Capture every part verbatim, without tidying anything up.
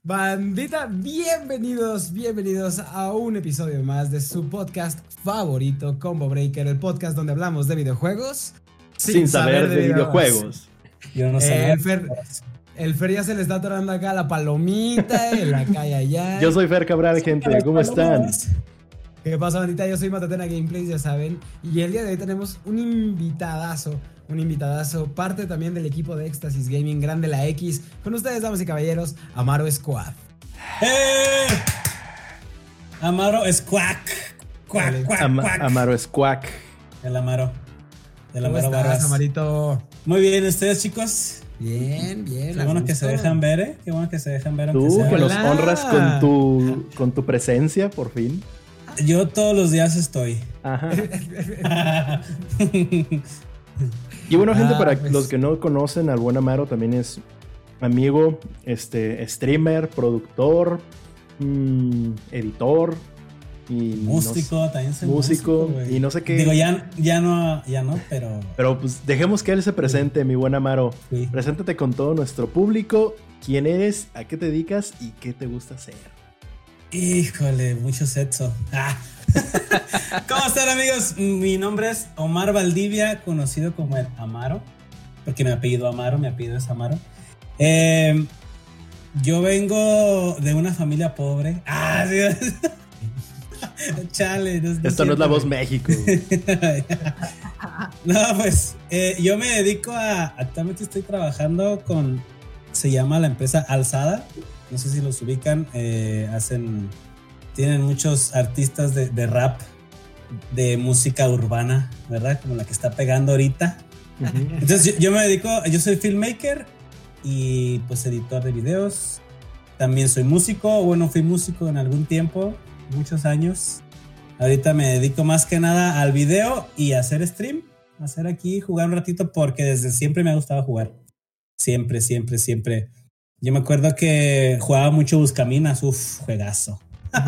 Bandita, bienvenidos, bienvenidos a un episodio más de su podcast favorito, Combo Breaker, el podcast donde hablamos de videojuegos sin, sin saber, saber de, de videojuegos. videojuegos. Yo no sé. Eh, el, Fer, el Fer ya se le está atorando acá la palomita en la calle allá. Yo soy Fer Cabral, gente, ¿cómo están? ¿Qué pasa, bandita? Yo soy Matatena Gameplays, ya saben. Y el día de hoy tenemos un invitadazo, un invitadazo, parte también del equipo de Éxtasis Gaming, grande la X. Con ustedes, damas y caballeros, Amaro Squad. ¡Eh! Amaro Squad. Cuac, cuac, Am- cuac. Amaro Squad. El Amaro. El ¿Cómo Amaro estás, Barras. Amarito? Muy bien, ¿ustedes, chicos? Bien, bien. Qué bueno que se dejan ver, ¿eh? Qué bueno que se dejan ver. Tú, sea. que nos honras con tu, con tu presencia, por fin. Yo todos los días estoy. Ajá. Y bueno, gente, ah, para pues. los que no conocen, al buen Amaro también es amigo, este, streamer, productor, mmm, editor y músico, no, también soy músico, músico, y no sé qué. Digo, ya, ya no, ya no, pero. Pero pues dejemos que él se presente, sí. Mi buen Amaro. Sí. Preséntate con todo nuestro público. ¿Quién eres? ¿A qué te dedicas? ¿Y qué te gusta hacer? Híjole, mucho sexo. Ah. ¿Cómo están, amigos? Mi nombre es Omar Valdivia, conocido como el Amaro, porque mi apellido Amaro, mi apellido es Amaro. Eh, yo vengo de una familia pobre. Ah, sí. Chale. No, no Esto no es La Voz México. No, pues eh, yo me dedico a. Actualmente estoy trabajando con. Se llama la empresa Alzada. No sé si los ubican. Eh, hacen. Tienen muchos artistas de, de rap, de música urbana, ¿verdad? Como la que está pegando ahorita. Uh-huh. Entonces yo, yo me dedico. Yo soy filmmaker y pues editor de videos. También soy músico. Bueno, fui músico en algún tiempo. Muchos años. Ahorita me dedico más que nada al video y a hacer stream, a hacer aquí, jugar un ratito, porque desde siempre me ha gustado jugar. Siempre, siempre, siempre. Yo me acuerdo que jugaba mucho Buscaminas. Uf, juegazo.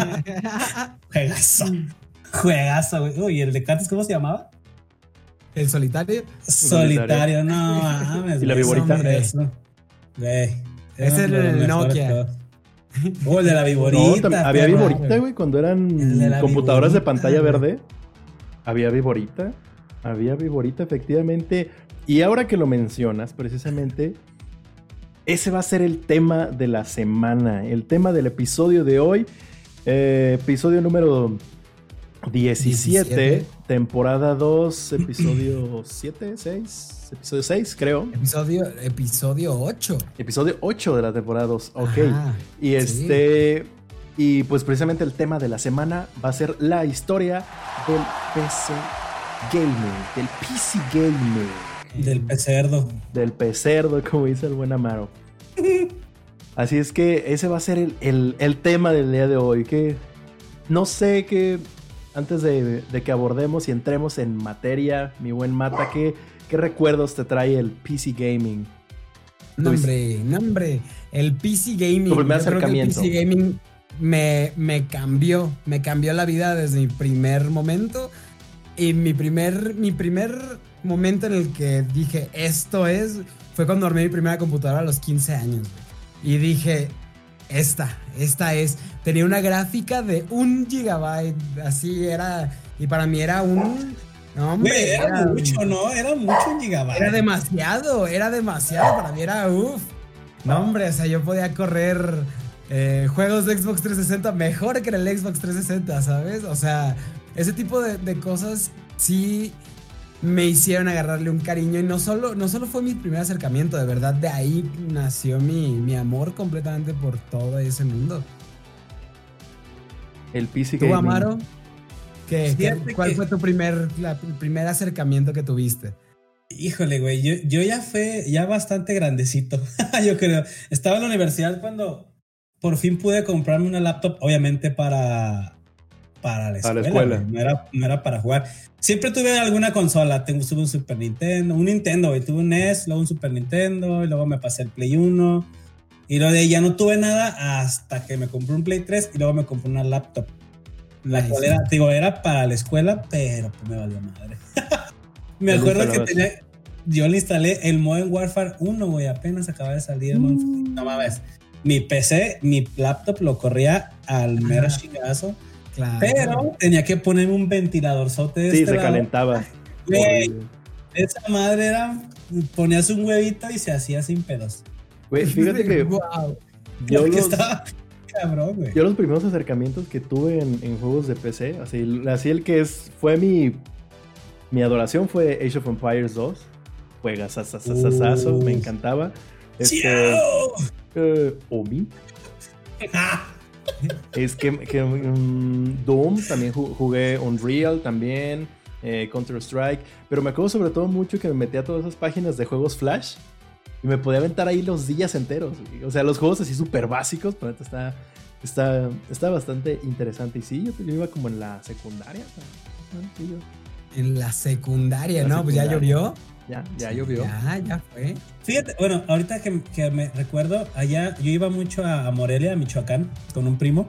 Juegazo. Juegazo, güey. Uy, ¿el de cartas cómo se llamaba? ¿El solitario? Solitario, no mames. ¿Y la viborita? Güey. Ese es el Nokia. Oh, el de la viborita. No, había viborita, güey, cuando eran de computadoras viborita. De pantalla verde. Había viborita. Había viborita, efectivamente. Y ahora que lo mencionas, precisamente, ese va a ser el tema de la semana. El tema del episodio de hoy. Eh, episodio número diecisiete, diecisiete. Temporada dos, episodio siete, seis. Episodio seis, creo. Episodio, episodio ocho. Episodio ocho de la temporada dos, ok. Ajá, y este... Sí. Y pues precisamente el tema de la semana va a ser la historia del P C Gaming, del P C Gaming. Del pecerdo. Del pecerdo, como dice el buen Amaro. Así es que ese va a ser el, el, el tema del día de hoy. Que no sé qué... Antes de, de que abordemos y entremos en materia, mi buen Mata, ¿qué, qué recuerdos te trae el P C Gaming? Nombre, nombre. El P C Gaming. Tu primer acercamiento. El P C Gaming me, me cambió. Me cambió la vida desde mi primer momento. Y mi primer, mi primer momento en el que dije, esto es... Fue cuando armé mi primera computadora a los quince años. Y dije... Esta, esta es. Tenía una gráfica de un gigabyte. Así era. Y para mí era un. No, hombre. Güey, era, era mucho, ¿no? Era mucho un gigabyte. Era demasiado, era demasiado. Para mí era uff. No, hombre, o sea, yo podía correr eh, juegos de Xbox trescientos sesenta mejor que en el Xbox trescientos sesenta, ¿sabes? O sea, ese tipo de, de cosas sí me hicieron agarrarle un cariño. Y no solo, no solo fue mi primer acercamiento, de verdad, de ahí nació mi, mi amor completamente por todo ese mundo. El P C ¿Tú, Gaming. Amaro? ¿Qué, ¿qué, ¿Cuál que... fue tu primer, la, el primer acercamiento que tuviste? Híjole, güey, yo, yo ya fue ya bastante grandecito, yo creo. Estaba en la universidad cuando por fin pude comprarme una laptop, obviamente para... Para la escuela, para la escuela. No, era, no era para jugar. Siempre tuve alguna consola. Tengo, tuve un Super Nintendo, un Nintendo, güey. Tuve un N E S, luego un Super Nintendo, y luego me pasé el Play uno. Y luego de ahí ya no tuve nada hasta que me compré un Play tres y luego me compré una laptop. La Ay, cual sí. era, digo, era para la escuela, pero pues me valió madre. Me acuerdo que tenía, yo le instalé el Modern Warfare uno, güey, apenas acaba de salir. Mm. No mames. mi P C, mi laptop lo corría al mero chingazo. Claro. Pero tenía que ponerme un ventilador sote de Sí, este se lado. calentaba. Güey, esa madre era, ponías un huevito y se hacía sin pedos. Güey, fíjate que wow. yo los, estaba cabrón, güey. Yo los primeros acercamientos que tuve en, en juegos de P C, así, así el que es, fue mi, mi adoración fue Age of Empires dos. Juegazazazazazo, uh. me encantaba. Este, uh, Omi. Es que, que um, Doom, también jugué Unreal, también eh, Counter-Strike, pero me acuerdo sobre todo mucho que me metía a todas esas páginas de juegos Flash y me podía aventar ahí los días enteros. O sea, los juegos así súper básicos, pero está, está, está bastante interesante. Y sí, yo, yo iba como en la secundaria. Sí, yo. En la secundaria, la ¿no? Secundaria. Pues ya llovió. Ya, ya llovió. Ya, ya fue. Fíjate, bueno, ahorita que, que me recuerdo, allá yo iba mucho a, a Morelia, a Michoacán, con un primo,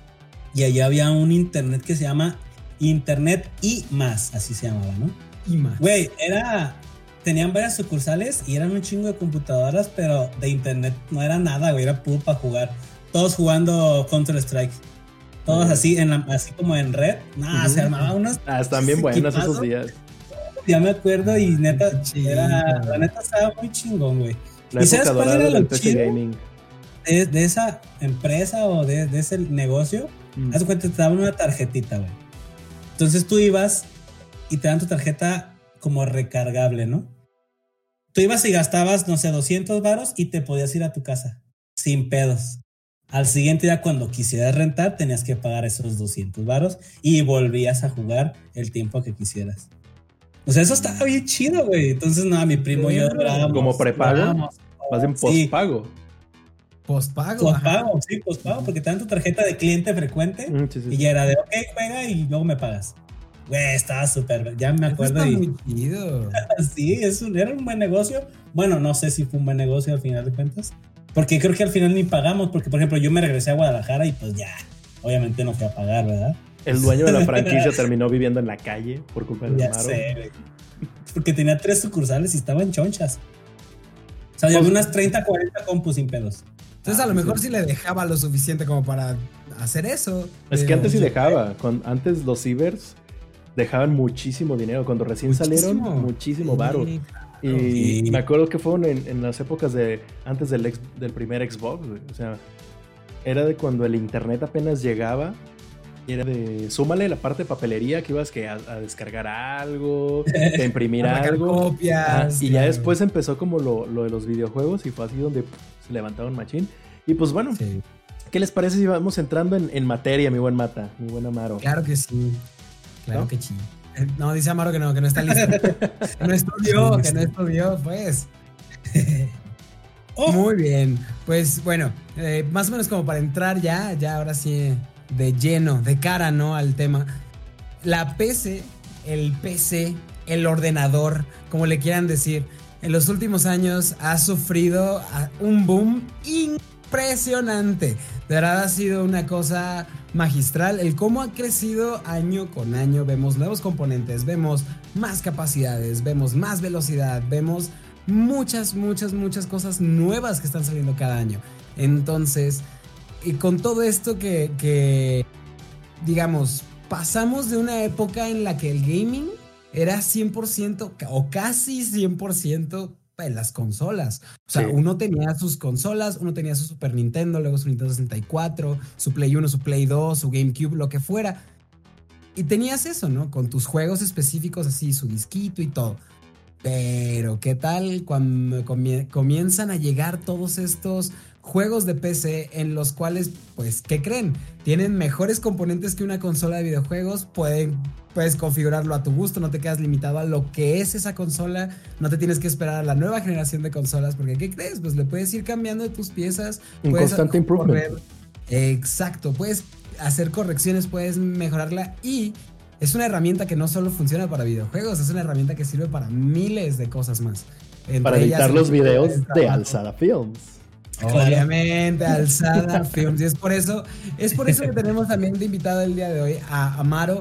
y allá había un internet que se llama Internet y Más, así se llamaba, ¿no? Y Más. Güey, era, tenían varias sucursales y eran un chingo de computadoras, pero de internet no era nada, güey, era puro para jugar. Todos jugando Counter-Strike. Todos uh-huh. así, en la, así como en red. Nah, uh-huh. se armaban unos... Ah, están bien buenos esos días. Ya me acuerdo y neta, era, la neta estaba muy chingón, güey. La ¿Y sabes cuál era lo P C chido Gaming. De, de esa empresa o de, de ese negocio? Mm. Haz de cuenta, te daban una tarjetita, güey. Entonces tú ibas y te dan tu tarjeta como recargable, ¿no? Tú ibas y gastabas, no sé, doscientos varos y te podías ir a tu casa sin pedos. Al siguiente día, cuando quisieras rentar, tenías que pagar esos doscientos varos y volvías a jugar el tiempo que quisieras. O sea, eso estaba bien chido, güey. Entonces, nada, mi primo y yo durábamos. ¿Como prepago? Más bien postpago. Sí. Postpago. Postpago, sí, postpago, porque te dan tu tarjeta de cliente frecuente mm, sí, sí, y ya era de, ok, juega y luego me pagas. Güey, estaba súper, ya me acuerdo. Está y... muy chido. Sí, es un, era un buen negocio. Bueno, no sé si fue un buen negocio al final de cuentas, porque creo que al final ni pagamos, porque, por ejemplo, yo me regresé a Guadalajara y pues ya, obviamente no fui a pagar, ¿verdad? El dueño de la franquicia terminó viviendo en la calle por culpa del ya Amaro. Sé, güey. Porque tenía tres sucursales y estaban chonchas. O sea, había unas treinta, cuarenta compus sin pedos. Entonces, a lo mejor sí. sí le dejaba lo suficiente como para hacer eso. Es que antes sí dejaba. Con, antes los cibers dejaban muchísimo dinero. Cuando recién muchísimo. salieron, muchísimo varo. Sí, claro. Y sí. me acuerdo que fueron en, en las épocas de antes del, ex, del primer Xbox. Güey. O sea, era de cuando el internet apenas llegaba. Era de, súmale la parte de papelería que ibas que a, a descargar algo, a imprimir a algo. Copias, ah, y claro. ya después empezó como lo, lo de los videojuegos y fue así donde pff, se levantaron machín. Y pues bueno, sí. ¿qué les parece si vamos entrando en, en materia, mi buen Mata, mi buen Amaro? Claro que sí, claro ¿no? que sí. No, dice Amaro que no, que no está listo. que no estudió, que no estudió, pues. oh. Muy bien, pues bueno, eh, más o menos como para entrar ya, ya ahora sí... de lleno, de cara, ¿no? Al tema. La P C, el P C, el ordenador, como le quieran decir, en los últimos años ha sufrido un boom impresionante. De verdad ha sido una cosa magistral. El cómo ha crecido año con año. Vemos nuevos componentes, vemos más capacidades, vemos más velocidad, vemos muchas, muchas, muchas cosas nuevas que están saliendo cada año. Entonces... y con todo esto que, que, digamos, pasamos de una época en la que el gaming era cien por ciento o casi cien por ciento en las consolas. O sea, sí. uno tenía sus consolas, uno tenía su Super Nintendo, luego su Nintendo sesenta y cuatro, su Play uno, su Play dos, su GameCube, lo que fuera. Y tenías eso, ¿no? Con tus juegos específicos así, su disquito y todo. Pero, ¿qué tal cuando comienzan a llegar todos estos juegos de P C en los cuales, pues, ¿qué creen? Tienen mejores componentes que una consola de videojuegos, pueden, puedes configurarlo a tu gusto, no te quedas limitado a lo que es esa consola, no te tienes que esperar a la nueva generación de consolas, porque ¿qué crees? Pues le puedes ir cambiando de tus piezas. Un constante improvement. Exacto, puedes hacer correcciones, puedes mejorarla y es una herramienta que no solo funciona para videojuegos, es una herramienta que sirve para miles de cosas más. Entre para editar los videos de Alzada Films. Obviamente, Alzada Films. Y es por eso, es por eso que tenemos también de invitado el día de hoy a Amaro,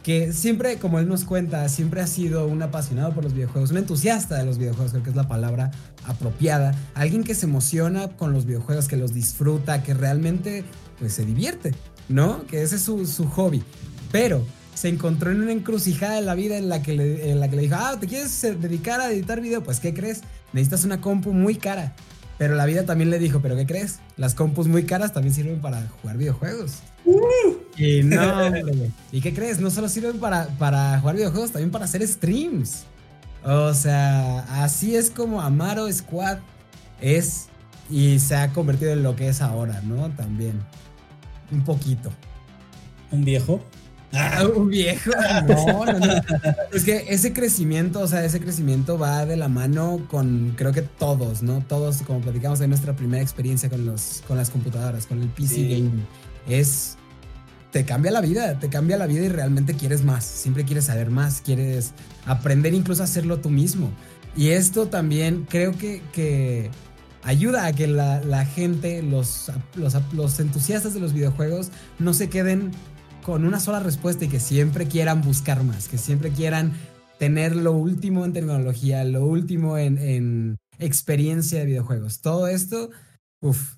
que siempre, como él nos cuenta, siempre ha sido un apasionado por los videojuegos, un entusiasta de los videojuegos, creo que es la palabra apropiada, alguien que se emociona con los videojuegos, que los disfruta, que realmente pues se divierte, ¿no? Que ese es su, su hobby, pero se encontró en una encrucijada en la vida en la que le, en la que le dijo, ah, ¿te quieres dedicar a editar video? Pues, ¿qué crees? Necesitas una compu muy cara. Pero la vida también le dijo, ¿pero qué crees? Las compus muy caras también sirven para jugar videojuegos. Uh. Y no, hombre. ¿Y qué crees? No solo sirven para, para jugar videojuegos, también para hacer streams. O sea, así es como Amaro Squad es y se ha convertido en lo que es ahora, ¿no? También. Un poquito. ¿Un viejo? Ah, un viejo. No, no, no. Es que ese crecimiento, o sea, ese crecimiento va de la mano con, creo que todos, ¿no? Todos, como platicamos en nuestra primera experiencia con, los, con las computadoras, con el P C sí. Gaming. Es, te cambia la vida, te cambia la vida y realmente quieres más. Siempre quieres saber más, quieres aprender incluso a hacerlo tú mismo. Y esto también creo que, que ayuda a que la, la gente, los, los, los entusiastas de los videojuegos no se queden con una sola respuesta y que siempre quieran buscar más, que siempre quieran tener lo último en tecnología, lo último en, en experiencia de videojuegos. Todo esto, uff,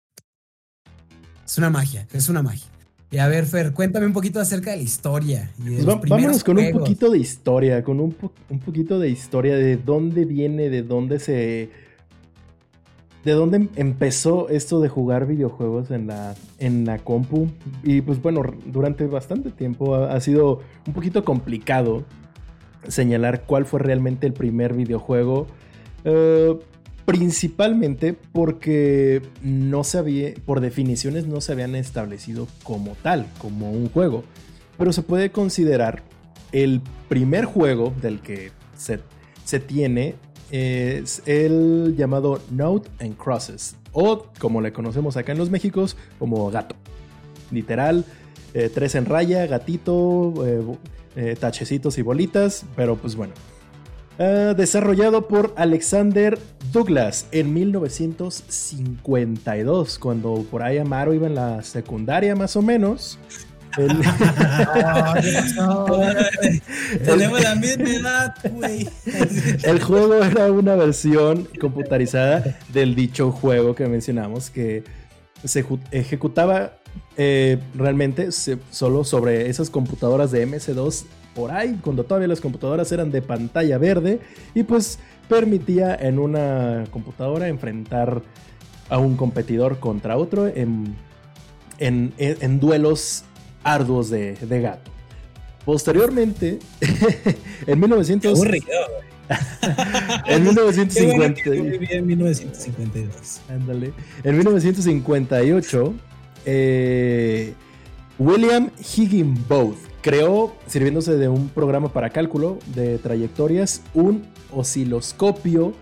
es una magia, es una magia. Y a ver, Fer, cuéntame un poquito acerca de la historia. Y de pues los va, vámonos con juegos. un poquito de historia, con un, po- un poquito de historia de dónde viene, de dónde se... ¿De dónde empezó esto de jugar videojuegos en la, en la compu? Y pues bueno, durante bastante tiempo ha, ha sido un poquito complicado señalar cuál fue realmente el primer videojuego. Uh, principalmente porque no se había, por definiciones no se habían establecido como tal, como un juego. Pero se puede considerar el primer juego del que se, se tiene... es el llamado Note and Crosses, o como le conocemos acá en los Méxicos, como gato. Literal, eh, tres en raya, gatito, eh, eh, tachecitos y bolitas, pero pues bueno. Uh, desarrollado por Alexander Douglas en mil novecientos cincuenta y dos, cuando por ahí Amaro iba en la secundaria más o menos. El... oh, tenemos la misma edad, güey. El juego era una versión computarizada del dicho juego que mencionamos, que se ejecutaba eh, realmente se, solo sobre esas computadoras de eme ese dos por ahí, cuando todavía las computadoras eran de pantalla verde, y pues permitía en una computadora enfrentar a un competidor contra otro en, en, en duelos arduos de, de gato. Posteriormente, en mil novecientos... Qué aburrido, en mil novecientos cincuenta... Qué bueno que en mil novecientos cincuenta y dos. Ándale. En mil novecientos cincuenta y ocho, eh, William Higginbotham creó, sirviéndose de un programa para cálculo de trayectorias, un osciloscopio,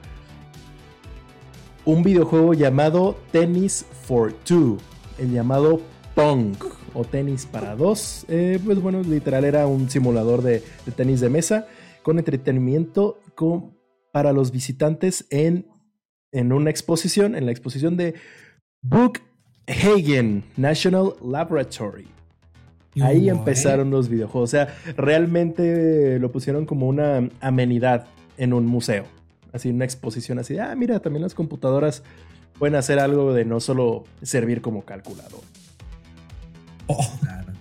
un videojuego llamado Tennis for Two, el llamado Pong, o tenis para dos. Eh, pues bueno, literal era un simulador de, de tenis de mesa con entretenimiento con, para los visitantes en, en una exposición, en la exposición de Brookhaven National Laboratory. Ahí oh, empezaron eh. los videojuegos. O sea, realmente lo pusieron como una amenidad en un museo. Así, una exposición así de, ah, mira, también las computadoras pueden hacer algo de no solo servir como calculador. Oh, claro.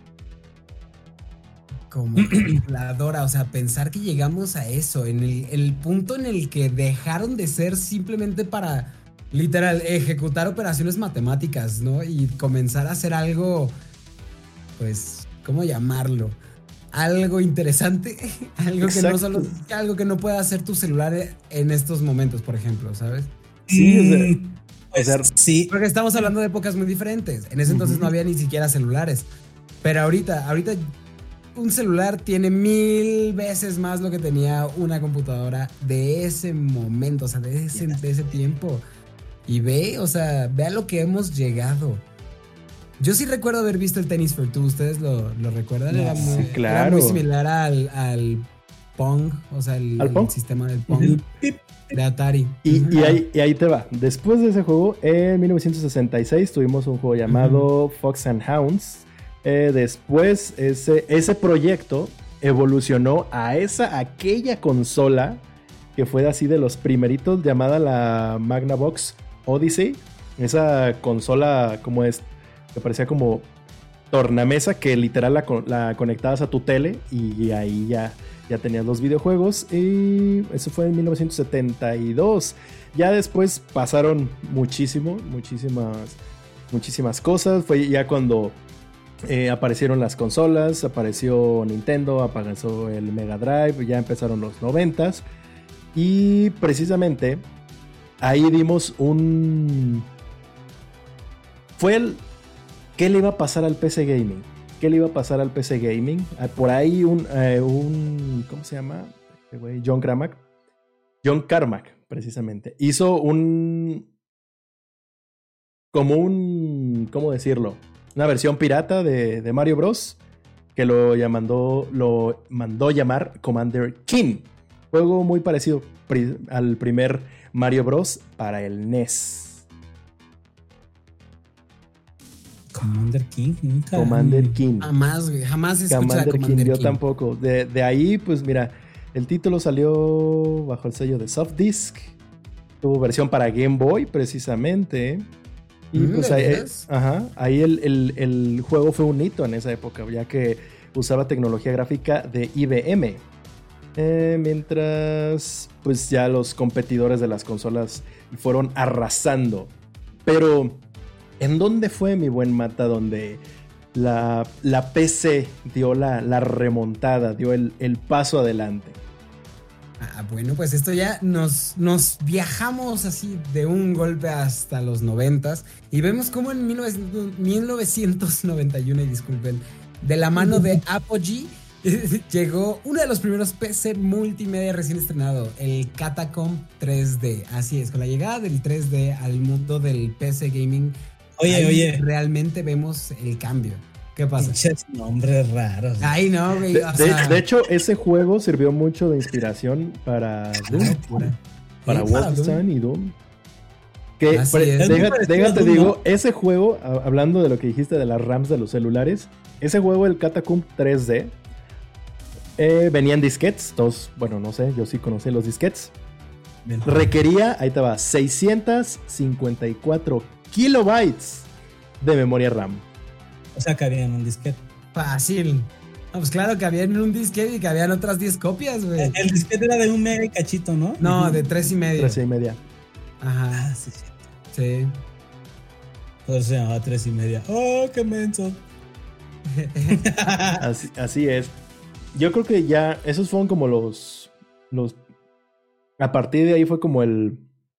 Como calculadora, o sea, pensar que llegamos a eso, en el, el punto en el que dejaron de ser simplemente para, literal, ejecutar operaciones matemáticas, ¿no? Y comenzar a hacer algo, pues, ¿cómo llamarlo? Algo interesante, algo Exacto. que no solo, algo que no puede hacer tu celular en estos momentos, por ejemplo, ¿sabes? Sí, o sea, Pues, o sea, sí. Porque estamos hablando de épocas muy diferentes. En ese entonces uh-huh. no había ni siquiera celulares. Pero ahorita, ahorita un celular tiene mil veces más lo que tenía una computadora de ese momento, o sea, de ese, de ese tiempo. Y ve, o sea, ve a lo que hemos llegado. Yo sí recuerdo haber visto el Tennis for Two. ¿Ustedes lo, lo recuerdan? No, era, muy, sí, claro. era muy similar al, al Pong, o sea, el, el Pong? sistema del Pong. Uh-huh. De Atari. Y, uh-huh. y, ahí, y ahí te va. Después de ese juego, en mil novecientos sesenta y seis tuvimos un juego llamado uh-huh. Fox and Hounds. Eh, después, ese, ese proyecto evolucionó a esa, aquella consola que fue así de los primeritos, llamada la Magnavox Odyssey. Esa consola como es, que parecía como tornamesa, que literal la, la conectabas a tu tele y ahí ya, ya tenías los videojuegos. Y eso fue en mil novecientos setenta y dos. Ya después pasaron muchísimo, muchísimas, muchísimas cosas. Fue ya cuando eh, aparecieron las consolas, apareció Nintendo, apareció el Mega Drive, ya empezaron los noventas. Y precisamente ahí dimos un... Fue el... ¿Qué le iba a pasar al P C Gaming? ¿Qué le iba a pasar al P C Gaming? Por ahí un... Eh, un ¿cómo se llama? John Carmack. John Carmack, precisamente. Hizo un... Como un... ¿Cómo decirlo? Una versión pirata de, de Mario Bros. Que lo, llamando, lo mandó llamar Commander King. Juego muy parecido pri- al primer Mario Bros. Para el N E S. Commander King, nunca. Commander King. Jamás, güey, jamás he escuchado Commander, Commander King. King. Yo tampoco. De, de ahí, pues mira, el título salió bajo el sello de Softdisk. Tuvo versión para Game Boy, precisamente. Y Mm, pues ¿de ahí, veras? ajá, ahí el, el, el juego fue un hito en esa época, ya que usaba tecnología gráfica de I B M. Eh, mientras, pues ya los competidores de las consolas fueron arrasando. Pero, ¿en dónde fue, mi buen Mata, donde la, la P C dio la, la remontada, dio el, el paso adelante? Ah, bueno, pues esto ya nos, nos viajamos así de un golpe hasta los noventas y vemos cómo en mil novecientos noventa y uno, y disculpen, de la mano de Apogee llegó uno de los primeros P C multimedia recién estrenado, el Catacomb tres D. Así es, con la llegada del tres D al mundo del P C gaming, Oye, ahí oye. realmente vemos el cambio. ¿Qué pasa? Pinches nombres raros. Ay, no, güey. De, o de- sea, de hecho, ese juego sirvió mucho de inspiración para Doom, ah, pura. para Sí, para Wolfenstein y Doom. Que, Así pre- es. deja- Es muy parecido déjate a Doom, digo, ¿no? ese juego, a- hablando de lo que dijiste de las RAMs de los celulares, ese juego, el Catacomb tres D, eh, venía en disquetes, todos, bueno, no sé, yo sí conocí los disquetes. Bien. Requería, ahí te va, seiscientos cincuenta y cuatro kilobytes de memoria RAM. O sea, que había en un disquete. Fácil. No, pues claro que había en un disquete y que habían otras diez copias, güey. El, el disquete era de un mega y cachito, ¿no? No, de tres y medio. Tres y media. Ajá, Ah, sí, sí. sí. Por eso se llamaba tres y media. ¡Oh, qué menso! Así, así es. Yo creo que ya esos fueron como los, los... A partir de ahí fue como el,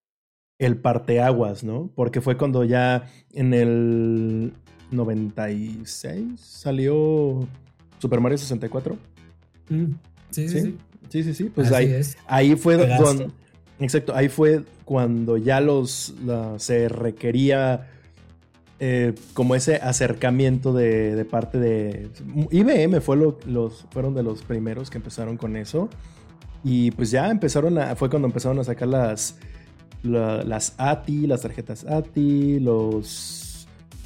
el parteaguas, ¿no? Porque fue cuando ya en el noventa y seis salió Super Mario sesenta y cuatro. Mm, sí, sí, sí. Sí, sí, sí. Pues Así ahí, es. ahí fue Juegazo. cuando... Exacto, ahí fue cuando ya los la- se requería eh, como ese acercamiento de, de parte de... I B M fue lo- los, fueron de los primeros que empezaron con eso. Y pues ya empezaron a... Fue cuando empezaron a sacar las, la- las A T I, las tarjetas A T I, los...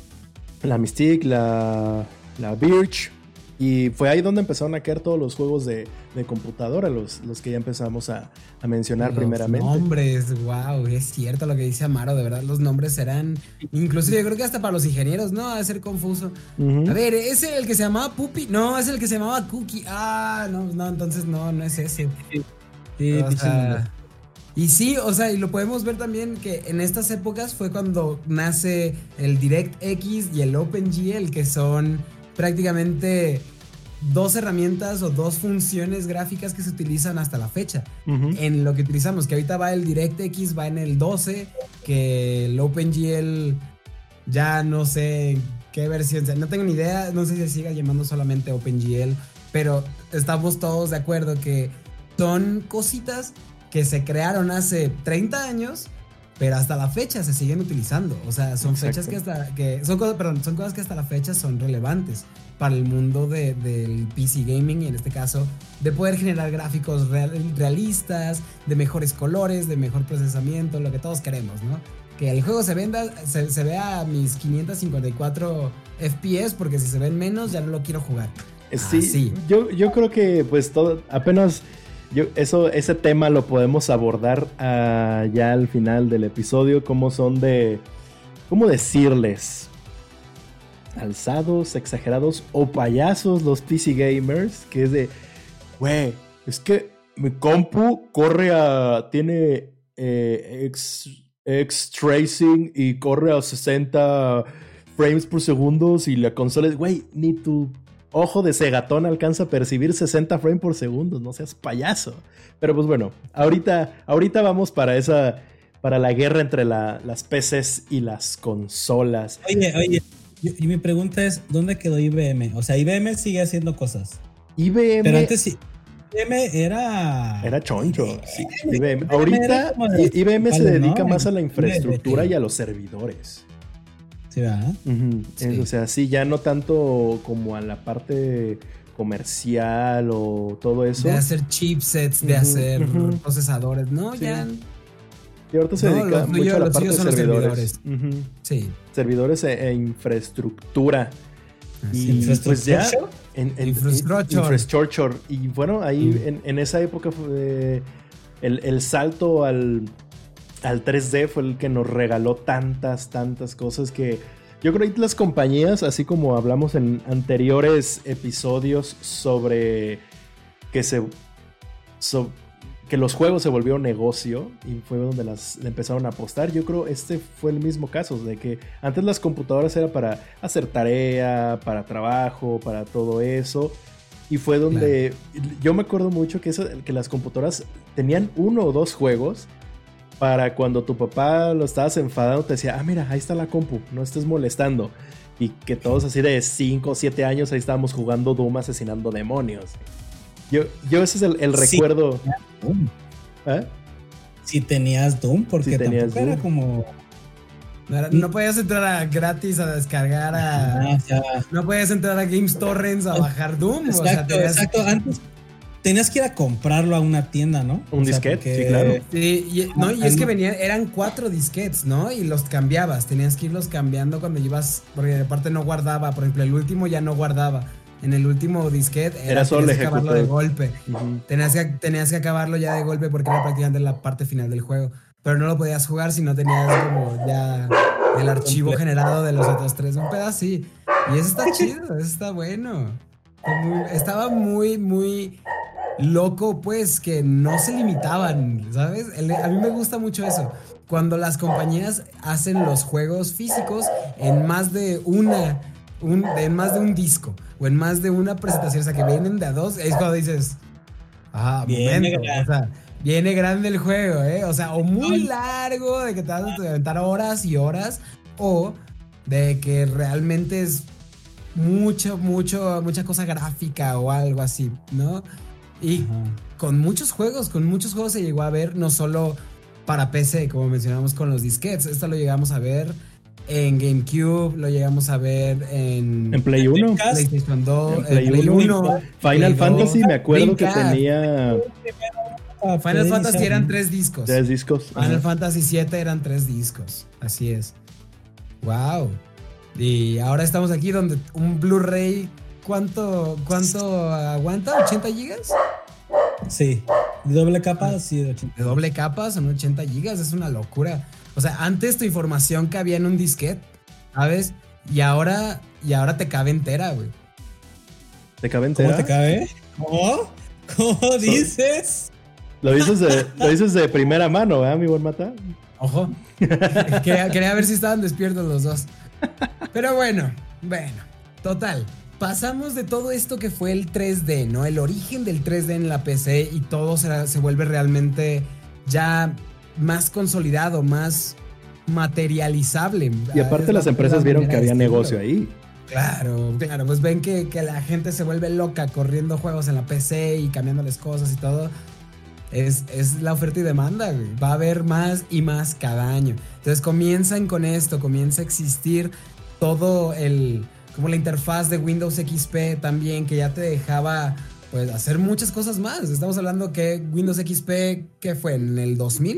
La Mystique, la, la Birch. Y fue ahí donde empezaron a caer todos los juegos de, de computadora, los, los que ya empezamos a, a mencionar Los primeramente. nombres, wow, es cierto lo que dice Amaro, de verdad, los nombres eran, incluso yo creo que hasta para los ingenieros, ¿no? Ha de ser confuso. Ujú. A ver, ¿es el que se llamaba Puppy? No, es el que se llamaba Cookie. Ah, no, no, entonces no, no es ese. Sí, O pinche sea, nombre. y sí, o sea, y lo podemos ver también que en estas épocas fue cuando nace el DirectX y el OpenGL, que son prácticamente dos herramientas o dos funciones gráficas que se utilizan hasta la fecha. Ujú. En lo que utilizamos, que ahorita va el DirectX, va en el doce, que el OpenGL ya no sé qué versión sea, no tengo ni idea, no sé si se siga llamando solamente OpenGL, pero estamos todos de acuerdo que son cositas que se crearon hace treinta años, pero hasta la fecha se siguen utilizando. O sea, son Exacto. fechas que hasta que son cosas, perdón, son cosas que hasta la fecha son relevantes para el mundo de, del P C gaming, y en este caso de poder generar gráficos real- realistas, de mejores colores, de mejor procesamiento, lo que todos queremos, ¿no? Que el juego se venda, se, se vea a mis quinientos cincuenta y cuatro F P S, porque si se ven menos ya no lo quiero jugar. Sí, Así. Yo, yo creo que pues todo, apenas yo, eso, ese tema lo podemos abordar uh, ya al final del episodio, cómo son de, cómo decirles, alzados, exagerados o payasos los P C gamers, que es de, güey, es que mi compu corre a, tiene eh, X, X tracing y corre a sesenta frames por segundo y la consola es, güey, ni tu ojo de cegatón alcanza a percibir sesenta frames por segundo, no seas payaso. Pero pues bueno, ahorita, ahorita vamos para esa, para la guerra entre la, las P Cs y las consolas. Oye, oye, y, y mi pregunta es, ¿dónde quedó I B M? O sea, I B M sigue haciendo cosas. I B M... Pero antes sí... I B M era... Era choncho. Sí, I B M. Ahorita de... I B M se dedica no, más a la infraestructura y a los servidores. Sí, ¿verdad? Uh-huh. Sí. O sea, sí, ya no tanto como a la parte comercial o todo eso. De hacer chipsets, uh-huh, de hacer uh-huh. procesadores. No, sí. ya... Y ahorita se no, dedica mucho tuyos, a la parte de servidores. servidores. Uh-huh. Sí. Servidores e, e infraestructura. Y ¿infraestructura? Pues ya... En, en, infrastructure. infrastructure. Y bueno, ahí mm. en, en esa época fue el, el salto al, al tres D fue el que nos regaló tantas, tantas cosas que yo creo que las compañías, así como hablamos en anteriores episodios sobre que se so, que los juegos se volvieron negocio y fue donde las empezaron a apostar. Yo creo este fue el mismo caso, de que antes las computadoras era para hacer tarea, para trabajo, para todo eso. Y fue donde claro. yo me acuerdo mucho que, eso, que las computadoras tenían uno o dos juegos para cuando tu papá lo estabas enfadando te decía, ah mira, ahí está la compu, no estés molestando. Y que todos así de cinco o siete años ahí estábamos jugando Doom asesinando demonios. Yo, yo ese es el, el sí, recuerdo. Doom. ¿Eh? Si tenías Doom, porque si tenías tampoco Doom. Era como... No, era, no podías entrar a gratis a descargar a... Ah, ya. No podías entrar a Games Torrents a bajar Doom. Exacto, o sea, tenías... exacto. Antes tenías que ir a comprarlo a una tienda, ¿no? Un o sea, disquete, porque... sí, claro. Sí, y, no, y es que venían, eran cuatro disquetes, ¿no? Y los cambiabas, tenías que irlos cambiando cuando ibas, porque aparte no guardaba, por ejemplo, el último ya no guardaba. En el último disquete era, era solo tenías que acabarlo de golpe. Uh-huh. Tenías que, tenías que acabarlo ya de golpe porque era prácticamente la parte final del juego. Pero no lo podías jugar si no tenías como ya el archivo generado de los otros tres. Un pedazo sí. Y eso está chido, eso está bueno. Muy, estaba muy, muy loco, pues, que no se limitaban, ¿sabes? El, a mí me gusta mucho eso. Cuando las compañías hacen los juegos físicos en más de una... Un, en más de un disco o en más de una presentación, o sea, que vienen de a dos, es cuando dices, ah, viene momento, grande. O sea, viene grande el juego, ¿eh? O sea, o muy largo, de que te vas a aventar horas y horas, o de que realmente es mucho, mucho, mucha cosa gráfica o algo así, ¿no? Y uh-huh. con muchos juegos, con muchos juegos se llegó a ver, no solo para P C, como mencionamos con los disquetes, esto lo llegamos a ver en GameCube, lo llegamos a ver en... En Play uno. PlayStation dos. En Play, Play uno. uno Final Play Fantasy, dos, me acuerdo Dreamcast. Que tenía... Final Fantasy eran tres discos. Tres discos. Final uh-huh. Fantasy siete eran tres discos. Así es. Wow. Y ahora estamos aquí donde un Blu-ray, ¿cuánto, cuánto aguanta? ¿ochenta gigas? Sí. ¿De doble capa? Sí, de ochenta. De doble capa son ochenta gigas, es una locura. O sea, antes tu información cabía en un disquete, ¿sabes? Y ahora, y ahora te cabe entera, güey. ¿Te cabe entera? ¿Cómo te cabe? ¿Cómo? ¿Cómo dices? Lo dices de, lo dices de primera mano, ¿eh, mi buen Mata? Ojo. quería, quería ver si estaban despiertos los dos. Pero bueno, bueno, total. Pasamos de todo esto que fue el tres D, ¿no? El origen del tres D en la P C y todo se, se vuelve realmente ya... más consolidado, más materializable. Y aparte las empresas vieron que había negocio ahí. Claro, claro, pues ven que, que la gente se vuelve loca corriendo juegos en la P C y cambiándoles cosas y todo. Es, es la oferta y demanda, güey. Va a haber más y más cada año. Entonces comienzan con esto, comienza a existir todo el... como la interfaz de Windows X P también, que ya te dejaba... pues hacer muchas cosas más. Estamos hablando que Windows X P, ¿qué fue? ¿En el dos mil?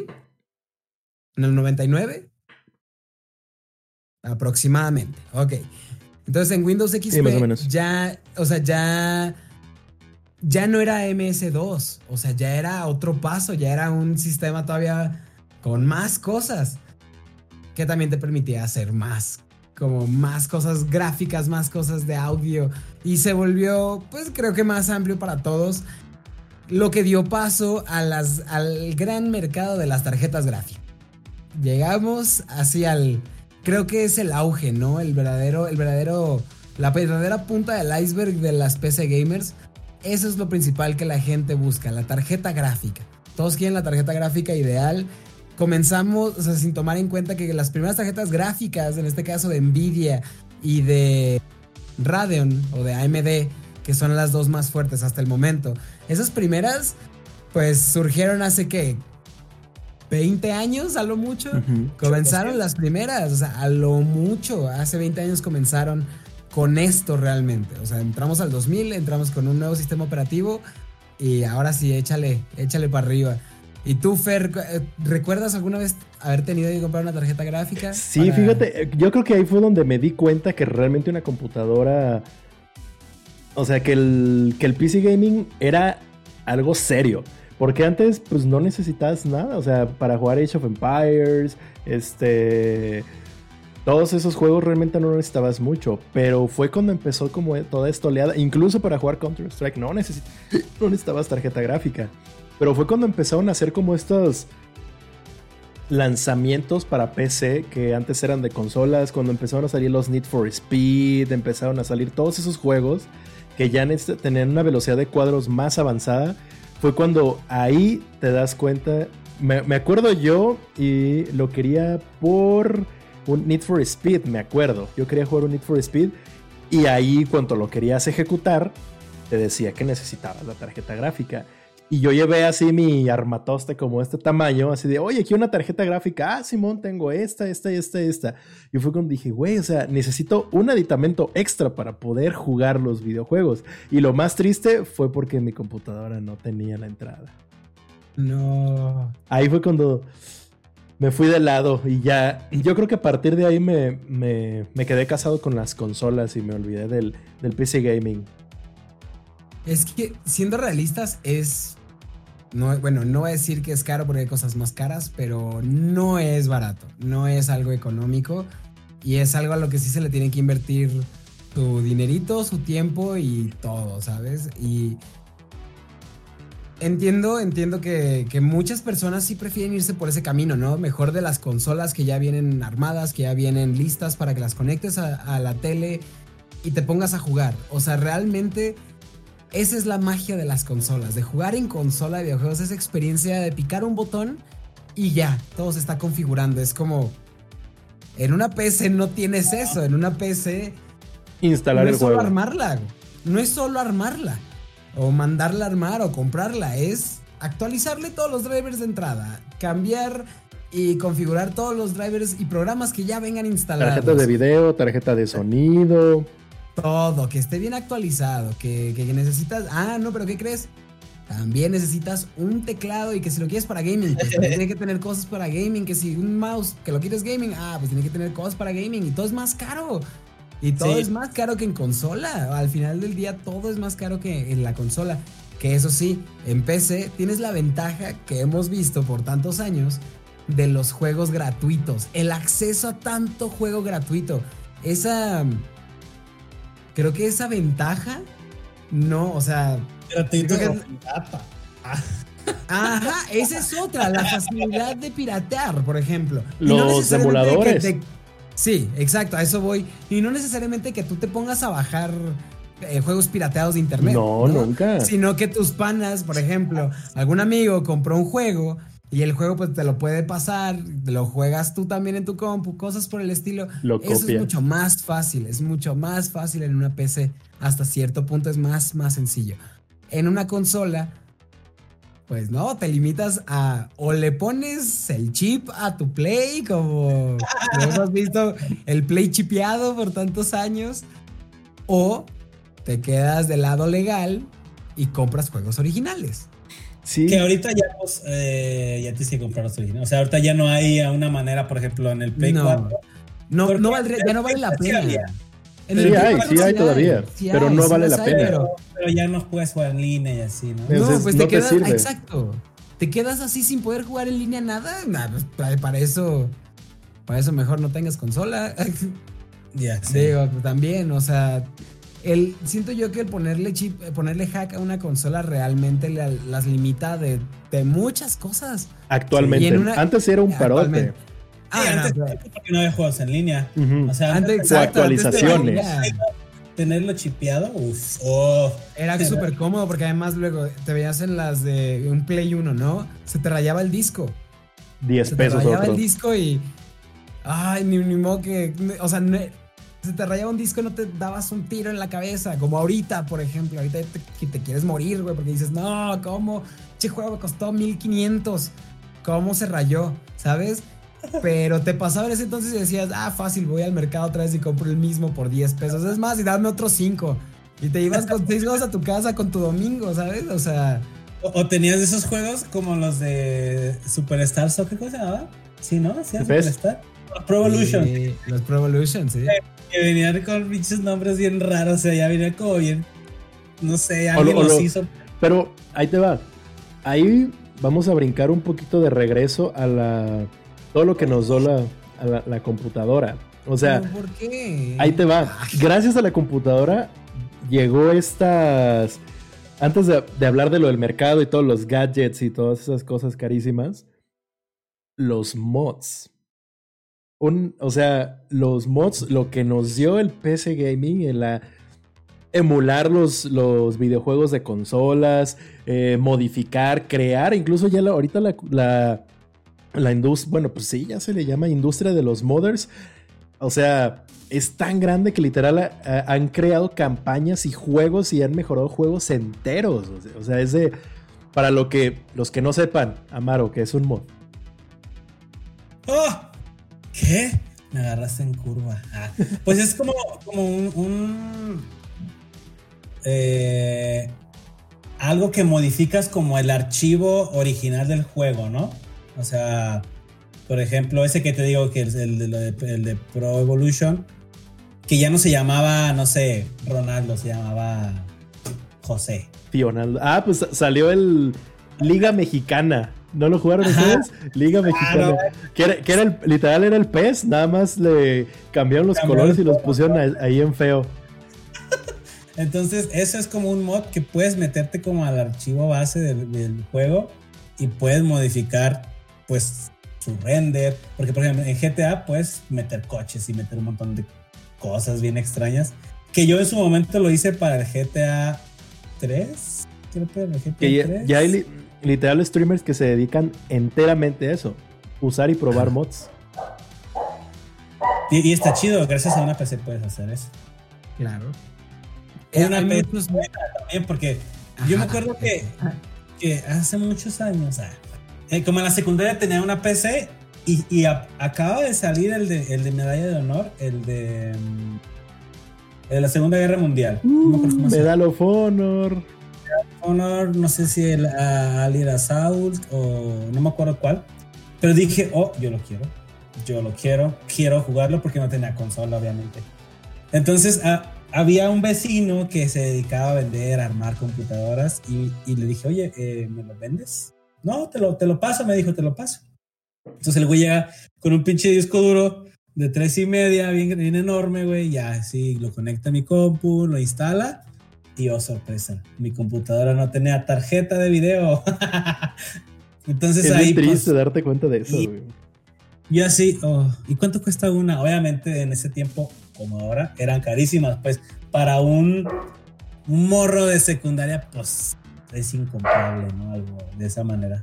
¿En el noventa y nueve? Aproximadamente. Ok. Entonces en Windows X P sí, más o menos. ya, o sea, ya, ya no era M S dos, o sea, ya era otro paso, ya era un sistema todavía con más cosas, que también te permitía hacer más, como más cosas gráficas, más cosas de audio, y se volvió, pues creo que más amplio para todos, lo que dio paso a las, al gran mercado de las tarjetas gráficas. Llegamos así al... Creo que es el auge, ¿no? El verdadero, el verdadero, la verdadera punta del iceberg de las P C gamers. Eso es lo principal que la gente busca, la tarjeta gráfica. Todos quieren la tarjeta gráfica ideal. Comenzamos, o sea, sin tomar en cuenta que las primeras tarjetas gráficas, en este caso de Nvidia y de Radeon o de A M D, que son las dos más fuertes hasta el momento. Esas primeras, pues surgieron hace, ¿qué? veinte años, a lo mucho. Uh-huh. Comenzaron las primeras, o sea, a lo mucho. Hace veinte años comenzaron con esto realmente. O sea, entramos al dos mil, entramos con un nuevo sistema operativo y ahora sí, échale, échale para arriba. ¿Y tú, Fer, recuerdas alguna vez haber tenido que comprar una tarjeta gráfica? Sí, para... fíjate, yo creo que ahí fue donde me di cuenta que realmente una computadora... O sea, que el, que el P C Gaming era algo serio. Porque antes, pues, no necesitabas nada. O sea, para jugar Age of Empires, este... todos esos juegos realmente no necesitabas mucho. Pero fue cuando empezó como toda esta oleada. Incluso para jugar Counter-Strike no, necesit- no necesitabas tarjeta gráfica. Pero fue cuando empezaron a hacer como estos lanzamientos para P C que antes eran de consolas. Cuando empezaron a salir los Need for Speed, empezaron a salir todos esos juegos que ya tenían una velocidad de cuadros más avanzada. Fue cuando ahí te das cuenta. Me, me acuerdo yo y lo quería por un Need for Speed, me acuerdo. Yo quería jugar un Need for Speed y ahí cuando lo querías ejecutar te decía que necesitabas la tarjeta gráfica. Y yo llevé así mi armatoste como este tamaño, así de, oye, aquí una tarjeta gráfica. Ah, Simón, tengo esta, esta, esta, esta. Y fue cuando dije, güey, o sea, necesito un aditamento extra para poder jugar los videojuegos. Y lo más triste fue porque mi computadora no tenía la entrada. No. Ahí fue cuando me fui de lado y ya, yo creo que a partir de ahí me, me, me quedé casado con las consolas y me olvidé del, del P C Gaming. Es que, siendo realistas, es... No, bueno, no voy a decir que es caro porque hay cosas más caras, pero no es barato, no es algo económico y es algo a lo que sí se le tiene que invertir su dinerito, su tiempo y todo, ¿sabes? Y entiendo, entiendo que, que muchas personas sí prefieren irse por ese camino, ¿no? Mejor de las consolas que ya vienen armadas, que ya vienen listas para que las conectes a, a la tele y te pongas a jugar. O sea, realmente... esa es la magia de las consolas, de jugar en consola de videojuegos, esa experiencia de picar un botón y ya, todo se está configurando. Es como, en una P C no tienes eso, en una P C instalar no el es solo juego. armarla, no es solo armarla, o mandarla a armar o comprarla, es actualizarle todos los drivers de entrada, cambiar y configurar todos los drivers y programas que ya vengan instalados. Tarjeta de video, tarjeta de sonido... todo, que esté bien actualizado, que, que necesitas... Ah, no, pero ¿qué crees? También necesitas un teclado y que si lo quieres para gaming, pues tiene que tener cosas para gaming, que si un mouse, que lo quieres gaming, ah, pues tiene que tener cosas para gaming y todo es más caro. Y todo sí. es más caro que en consola. Al final del día todo es más caro que en la consola. Que eso sí, en P C tienes la ventaja que hemos visto por tantos años de los juegos gratuitos. El acceso a tanto juego gratuito. Esa... Creo que esa ventaja, no, o sea... Gratuito que... no pirata. Ah. Ajá, esa es otra, la facilidad de piratear, por ejemplo. Los no emuladores. Te... Sí, exacto, a eso voy. Y no necesariamente que tú te pongas a bajar eh, juegos pirateados de internet. No, ¿no? Nunca. Sino que tus panas, por ejemplo, algún amigo compró un juego... y el juego pues te lo puede pasar, lo juegas tú también en tu compu, cosas por el estilo. Lo Eso copia. es mucho más fácil, es mucho más fácil en una P C. Hasta cierto punto es más, más sencillo. En una consola, pues no, te limitas a... o le pones el chip a tu Play, como hemos visto el Play chipeado por tantos años, o te quedas del lado legal y compras juegos originales. Sí. Que ahorita ya, pues, eh, ya tienes que comprar los originales. O sea, ahorita ya no hay una manera, por ejemplo, en el Play no. cuatro. No, no valdría, ya no vale la pena. En sí el hay, Play sí hay todavía, sí pero hay, no sí vale los la hay, pena. Pero, pero ya no puedes jugar en línea y así, ¿no? Entonces, no, pues no te quedas, te sirve. exacto. Te quedas así sin poder jugar en línea nada. Nah, pues, para, para eso, para eso mejor no tengas consola. Ya, sí. Digo, también, o sea, el, siento yo que el ponerle chip, ponerle hack a una consola realmente la, las limita de, de muchas cosas. Actualmente, una, antes era un parote. Ah, sí, antes, no, pero, porque no había juegos en línea. Uh-huh. O sea, antes, antes, exacto, o actualizaciones. Antes tenerlo chipeado, uff. Oh. Era súper cómodo porque además luego te veías en las de un Play uno, ¿no? Se te rayaba el disco. diez se pesos. Se te rayaba otro. el disco y. Ay, ni, ni modo que. O sea, no, se te rayaba un disco y no te dabas un tiro en la cabeza. Como ahorita, por ejemplo. Ahorita te, te quieres morir, güey, porque dices, no, ¿cómo? Che juego me costó mil quinientos. ¿Cómo se rayó? ¿Sabes? Pero te pasaba en ese entonces y decías, ah, fácil, voy al mercado otra vez y compro el mismo por diez pesos. Es más, y dame otros cinco. Y te ibas con seis juegos a tu casa con tu domingo, ¿sabes? O sea. O, o tenías esos juegos como los de Superstar Soccer, ¿cómo se llamaba? Sí, ¿no? ¿Sí, Superstar? Pro Evolution. Sí, los Pro Evolution, sí. Que venían con pinches nombres bien raros, o sea, ya venían como bien. No sé, alguien o, o los lo, hizo. Pero ahí te va. Ahí vamos a brincar un poquito de regreso a la. Todo lo que nos dio la, a la, la computadora. O sea, ¿por qué? Ahí te va. Gracias a la computadora llegó estas... Antes de, de hablar de lo del mercado y todos los gadgets y todas esas cosas carísimas, los mods. Un, o sea, los mods, lo que nos dio el P C Gaming en la... emular los, los videojuegos de consolas, eh, modificar, crear, incluso ya la, ahorita la... la La industria, bueno, pues sí, ya se le llama industria de los modders. O sea, es tan grande que literal a, a, han creado campañas y juegos y han mejorado juegos enteros. O sea, o sea, es de. Para lo que los que no sepan, Amaro, que es un mod. ¡Oh! ¿Qué? Me agarraste en curva. Ah, pues es como, como un. un eh, algo que modificas como el archivo original del juego, ¿no? O sea, por ejemplo, ese que te digo que es el de, el de Pro Evolution, que ya no se llamaba, no sé, Ronaldo, se llamaba José. Fionaldo. Ah, pues salió el Liga Mexicana. ¿No lo jugaron ustedes? Liga Mexicana. Ah, no. Que, era, que era el, literal era el P E S, nada más le cambiaron los Cambió colores y los pusieron ahí en feo. Entonces, eso es como un mod que puedes meterte como al archivo base del, del juego y puedes modificar pues su render, porque por ejemplo en G T A puedes meter coches y meter un montón de cosas bien extrañas, que yo en su momento lo hice para el G T A tres, creo que el G T A que tres. Ya, ya hay li- literal streamers que se dedican enteramente a eso, usar y probar mods. Y, y está chido, gracias a una P C puedes hacer eso. Claro. Una P C muchos... buena también, porque ajá, yo me acuerdo que, que hace muchos años, ah, Eh, como en la secundaria tenía una P C y, y a, acaba de salir el de, el de Medalla de Honor, el de, de la Segunda Guerra Mundial. Uh, no me Medal of Honor. Honor, no sé si el uh, Allied Assault o no me acuerdo cuál. Pero dije, oh, yo lo quiero. Yo lo quiero. Quiero jugarlo porque no tenía consola, obviamente. Entonces uh, había un vecino que se dedicaba a vender, a armar computadoras y, y le dije, oye, eh, ¿me lo vendes? No, te lo, te lo paso, me dijo, te lo paso. Entonces el güey llega con un pinche disco duro de tres y media, bien, bien enorme, güey. Ya, así lo conecta a mi compu, lo instala y oh, sorpresa, mi computadora no tenía tarjeta de video. Entonces es ahí. Es triste pues, darte cuenta de eso, güey. Yo así, oh, ¿y cuánto cuesta una? Obviamente en ese tiempo, como ahora, eran carísimas. Pues para un, un morro de secundaria, pues es incomparable, ¿no? Algo de esa manera.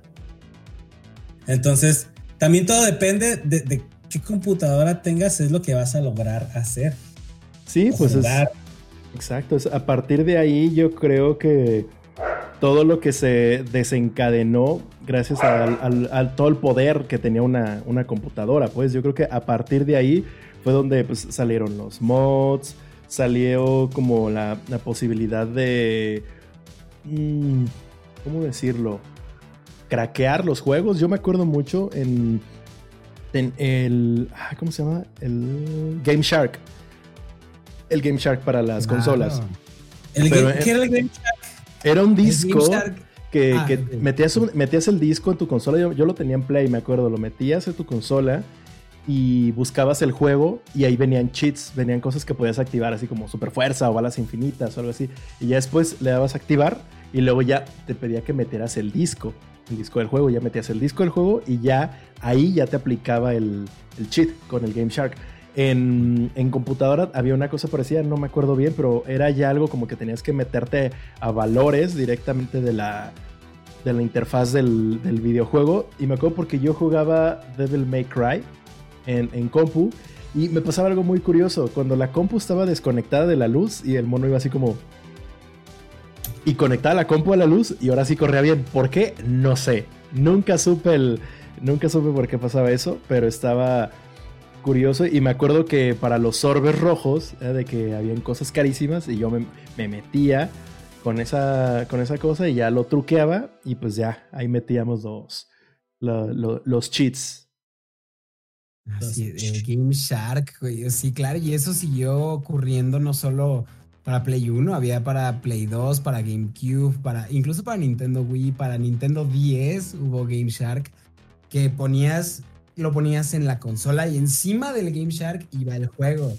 Entonces, también todo depende de, de qué computadora tengas, es lo que vas a lograr hacer. Sí, pues jugar. es. Exacto. Es, a partir de ahí, yo creo que todo lo que se desencadenó gracias al, al, al todo el poder que tenía una, una computadora, pues yo creo que a partir de ahí fue donde pues, salieron los mods, salió como la, la posibilidad de. ¿Cómo decirlo? Craquear los juegos. Yo me acuerdo mucho en, en el... ¿Cómo se llama? El Game Shark. el Game Shark para las Claro. consolas. El Pero, game, ¿qué era el Game Shark? Pero, El game, ¿Qué era el Game Shark? Era un disco Shark. que, Ah, que ok. metías, un- metías el disco en tu consola. Yo, yo lo tenía en Play, me acuerdo. Lo metías en tu consola y buscabas el juego y ahí venían cheats, venían cosas que podías activar, así como super fuerza o balas infinitas o algo así. Y ya después le dabas a activar y luego ya te pedía que metieras el disco, el disco del juego. Ya metías el disco del juego y ya ahí ya te aplicaba el, el cheat con el Game Shark. En, en computadora había una cosa parecida, no me acuerdo bien, pero era ya algo como que tenías que meterte a valores directamente de la, de la interfaz del, del videojuego. Y me acuerdo porque yo jugaba Devil May Cry en, en compu y me pasaba algo muy curioso. Cuando la compu estaba desconectada de la luz y el mono iba así como... Y conectaba la compu a la luz y ahora sí corría bien. ¿Por qué? No sé. Nunca supe el... Nunca supe por qué pasaba eso, pero estaba... curioso, y me acuerdo que para los orbes rojos, ¿eh? De que habían cosas carísimas y yo me, me metía con esa, con esa cosa y ya lo truqueaba y pues ya ahí metíamos los, lo, lo, los cheats. Así, el Game Shark, güey. Sí, claro, y eso siguió ocurriendo no solo para Play uno, había para Play dos, para GameCube, para, incluso para Nintendo Wii, para Nintendo diez hubo Game Shark, que ponías... lo ponías en la consola y encima del Game Shark iba el juego.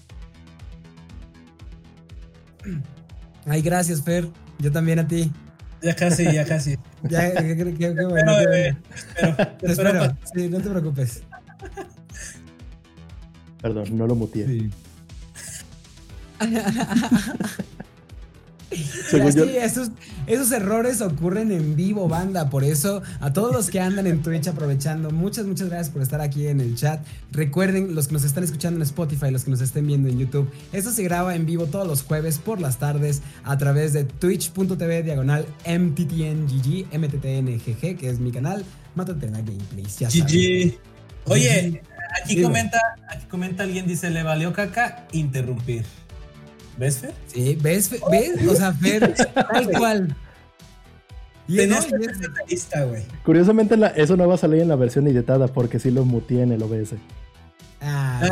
Ay, gracias, Fer. Yo también a ti. Ya casi, ya casi. Ya, qué, qué, qué, qué bueno. Espero, qué bebé. bueno. Espero, Te espero. Sí, no te preocupes. Perdón, no lo muteé. Sí. Según Sí, yo- esos, esos errores ocurren en vivo, banda. Por eso, a todos los que andan en Twitch aprovechando, muchas, muchas gracias por estar aquí en el chat. Recuerden, los que nos están escuchando en Spotify, los que nos estén viendo en YouTube, esto se graba en vivo todos los jueves por las tardes a través de twitch.tv diagonal mttngg, mttngg, que es mi canal. Matatena Gameplays, ya saben. G G. Oye, aquí Sí, comenta, aquí comenta alguien, dice, le valió caca interrumpir. ¿Ves, Fer? Sí, ¿ves? Fe- ¿Ves? O sea, Fer, tal cual. Y Tenías no, que y es- hacer esta lista, güey. Curiosamente la- eso no va a salir en la versión editada porque sí lo muteé en el O B S. Ay,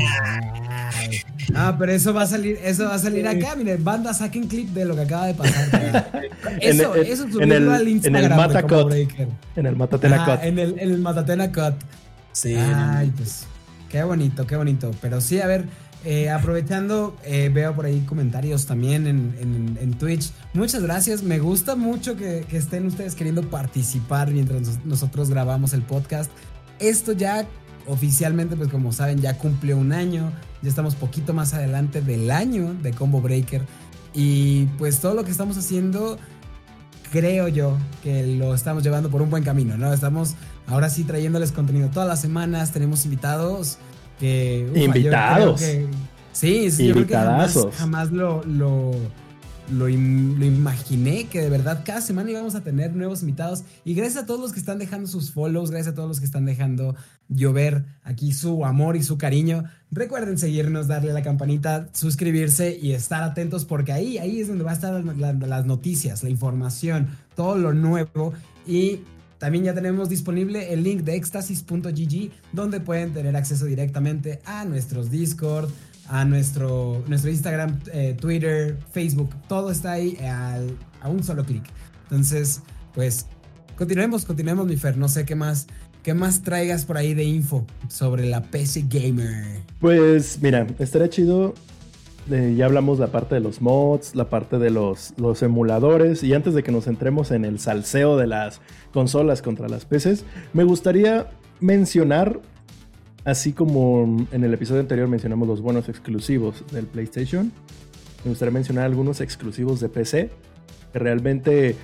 ay. Ah, pero eso va a salir, eso va a salir acá, miren, banda, saquen clip de lo que acaba de pasar. cara. Eso, En el- eso en subirlo el- al en el Instagram de Mata Combo Cut. Breaker. En el Matatena Ajá, Cut. en el, en el Matatena Cut. Sí. Ay, no. pues, qué bonito, qué bonito. Pero sí, a ver, eh, aprovechando, eh, veo por ahí comentarios también en, en- en Twitch. Muchas gracias, me gusta mucho que, que estén ustedes queriendo participar mientras nos- nosotros grabamos el podcast. Esto ya oficialmente, pues como saben, ya cumplió un año. Ya estamos poquito más adelante del año de Combo Breaker. Y pues todo lo que estamos haciendo, creo yo que lo estamos llevando por un buen camino, ¿no? Estamos ahora sí trayéndoles contenido todas las semanas. Tenemos invitados que... ufa, yo Invitados. creo que- sí, sí, yo creo que jamás, Invitadazos. jamás lo, lo, lo, im- lo imaginé, que de verdad cada semana íbamos a tener nuevos invitados. Y gracias a todos los que están dejando sus follows, gracias a todos los que están dejando llover aquí su amor y su cariño. Recuerden seguirnos, darle a la campanita, suscribirse y estar atentos porque ahí, ahí es donde va a estar la- la- las noticias, la información, todo lo nuevo. Y también ya tenemos disponible el link de éxtasis punto g g donde pueden tener acceso directamente a nuestros Discord, a nuestro, nuestro Instagram, eh, Twitter, Facebook. Todo está ahí al- a un solo clic. Entonces, pues continuemos, continuemos, mi Fer. No sé qué más, qué más traigas por ahí de info sobre la P C Gamer. Pues mira, estaría chido. eh, ya hablamos la parte de los mods, la parte de los, los emuladores. Y antes de que nos entremos en el salseo de las consolas contra las P Cs, me gustaría mencionar, así como en el episodio anterior mencionamos los buenos exclusivos del PlayStation, me gustaría mencionar algunos exclusivos de P C que realmente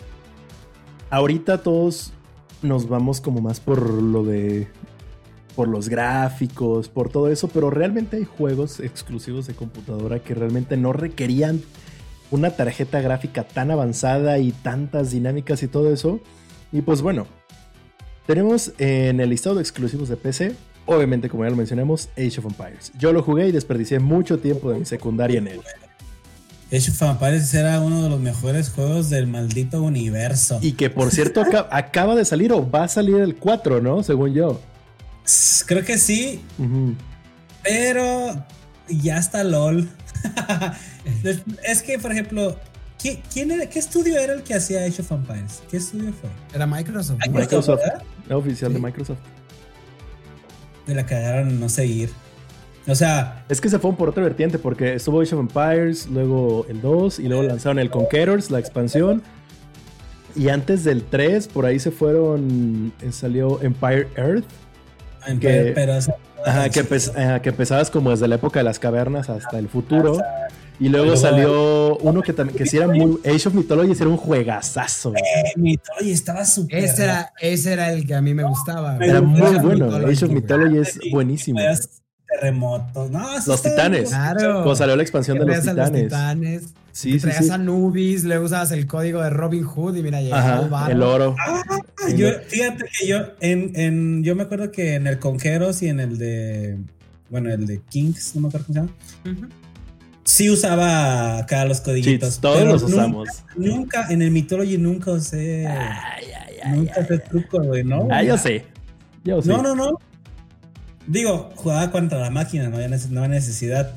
ahorita todos nos vamos como más por lo de por los gráficos, por todo eso, pero realmente hay juegos exclusivos de computadora que realmente no requerían una tarjeta gráfica tan avanzada y tantas dinámicas y todo eso. Y pues bueno, tenemos en el listado de exclusivos de P C, obviamente como ya lo mencionamos, Age of Empires. Yo lo jugué y desperdicié mucho tiempo de mi secundaria en él. Age of Empires era uno de los mejores juegos del maldito universo. Y que por cierto aca- acaba de salir o va a salir el cuatro, ¿no? Según yo. Creo que sí, Ujú. pero ya está LOL. Es que, por ejemplo, ¿qué, quién era, ¿qué estudio era el que hacía Age of Empires? ¿Qué estudio fue? Era Microsoft. ¿no? Microsoft, ¿verdad? Oficial sí. de Microsoft. Me la cagaron en no seguir. O sea... Es que se fueron por otra vertiente, porque estuvo Age of Empires, luego el dos, y luego lanzaron el Conquerors, la expansión. Y antes del tres, por ahí se fueron... Salió Empire Earth. Empire, que, pero... O sea, ajá, que, empe, ajá, que empezabas como desde la época de las cavernas hasta el futuro. Y luego, luego salió uno que también que sí era muy... Age of Mythology era un juegazazo. Eh, Mythology estaba súper... Ese era, ese era el que a mí me gustaba. Era muy Age bueno. Mythology, Age of Mythology es buenísimo. Terremotos. No, los titanes. Claro. Cuando salió la expansión de los titanes. los titanes. Sí, sí, traías sí. sí. Anubis, luego usabas el código de Robin Hood y mira, llegaba el oro. Ah, yo, fíjate que yo, en, en, yo me acuerdo que en el Conqueros y en el de, bueno, el de Kings, no me acuerdo cómo se llama. Uh-huh. Sí usaba acá los codiguitos. Cheats, todos los usamos. Nunca, nunca, en el Mythology nunca usé. Ay, ay, ay, nunca usé truco, güey, ¿no? Ah, yo sé. Yo sé. No, no, no. Digo, jugaba contra la máquina, no había, neces- no había necesidad.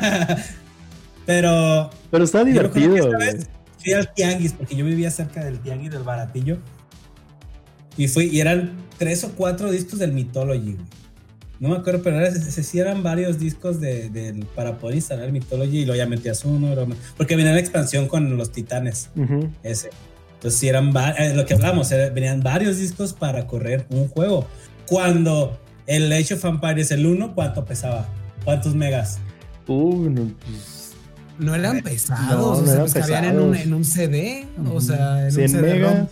Pero. Pero está divertido. Fui al tianguis, porque yo vivía cerca del tianguis del Baratillo. Y fui, y eran tres o cuatro discos del Mythology, güey. No me acuerdo, pero era, sí eran varios discos de, de, para poder instalar el Mythology y luego ya metías uno. Porque venía la expansión con los titanes. Uh-huh. Ese. Entonces, sí eran eh, lo que hablamos, eh, venían varios discos para correr un juego. Cuando el Age of Empires, el uno, ¿cuánto pesaba? ¿Cuántos megas? Uh, no, pues, no eran pesados, no, o no sea, eran pues pesados. cabían en un, en un C D, uh-huh. o sea, en cien un C D megas.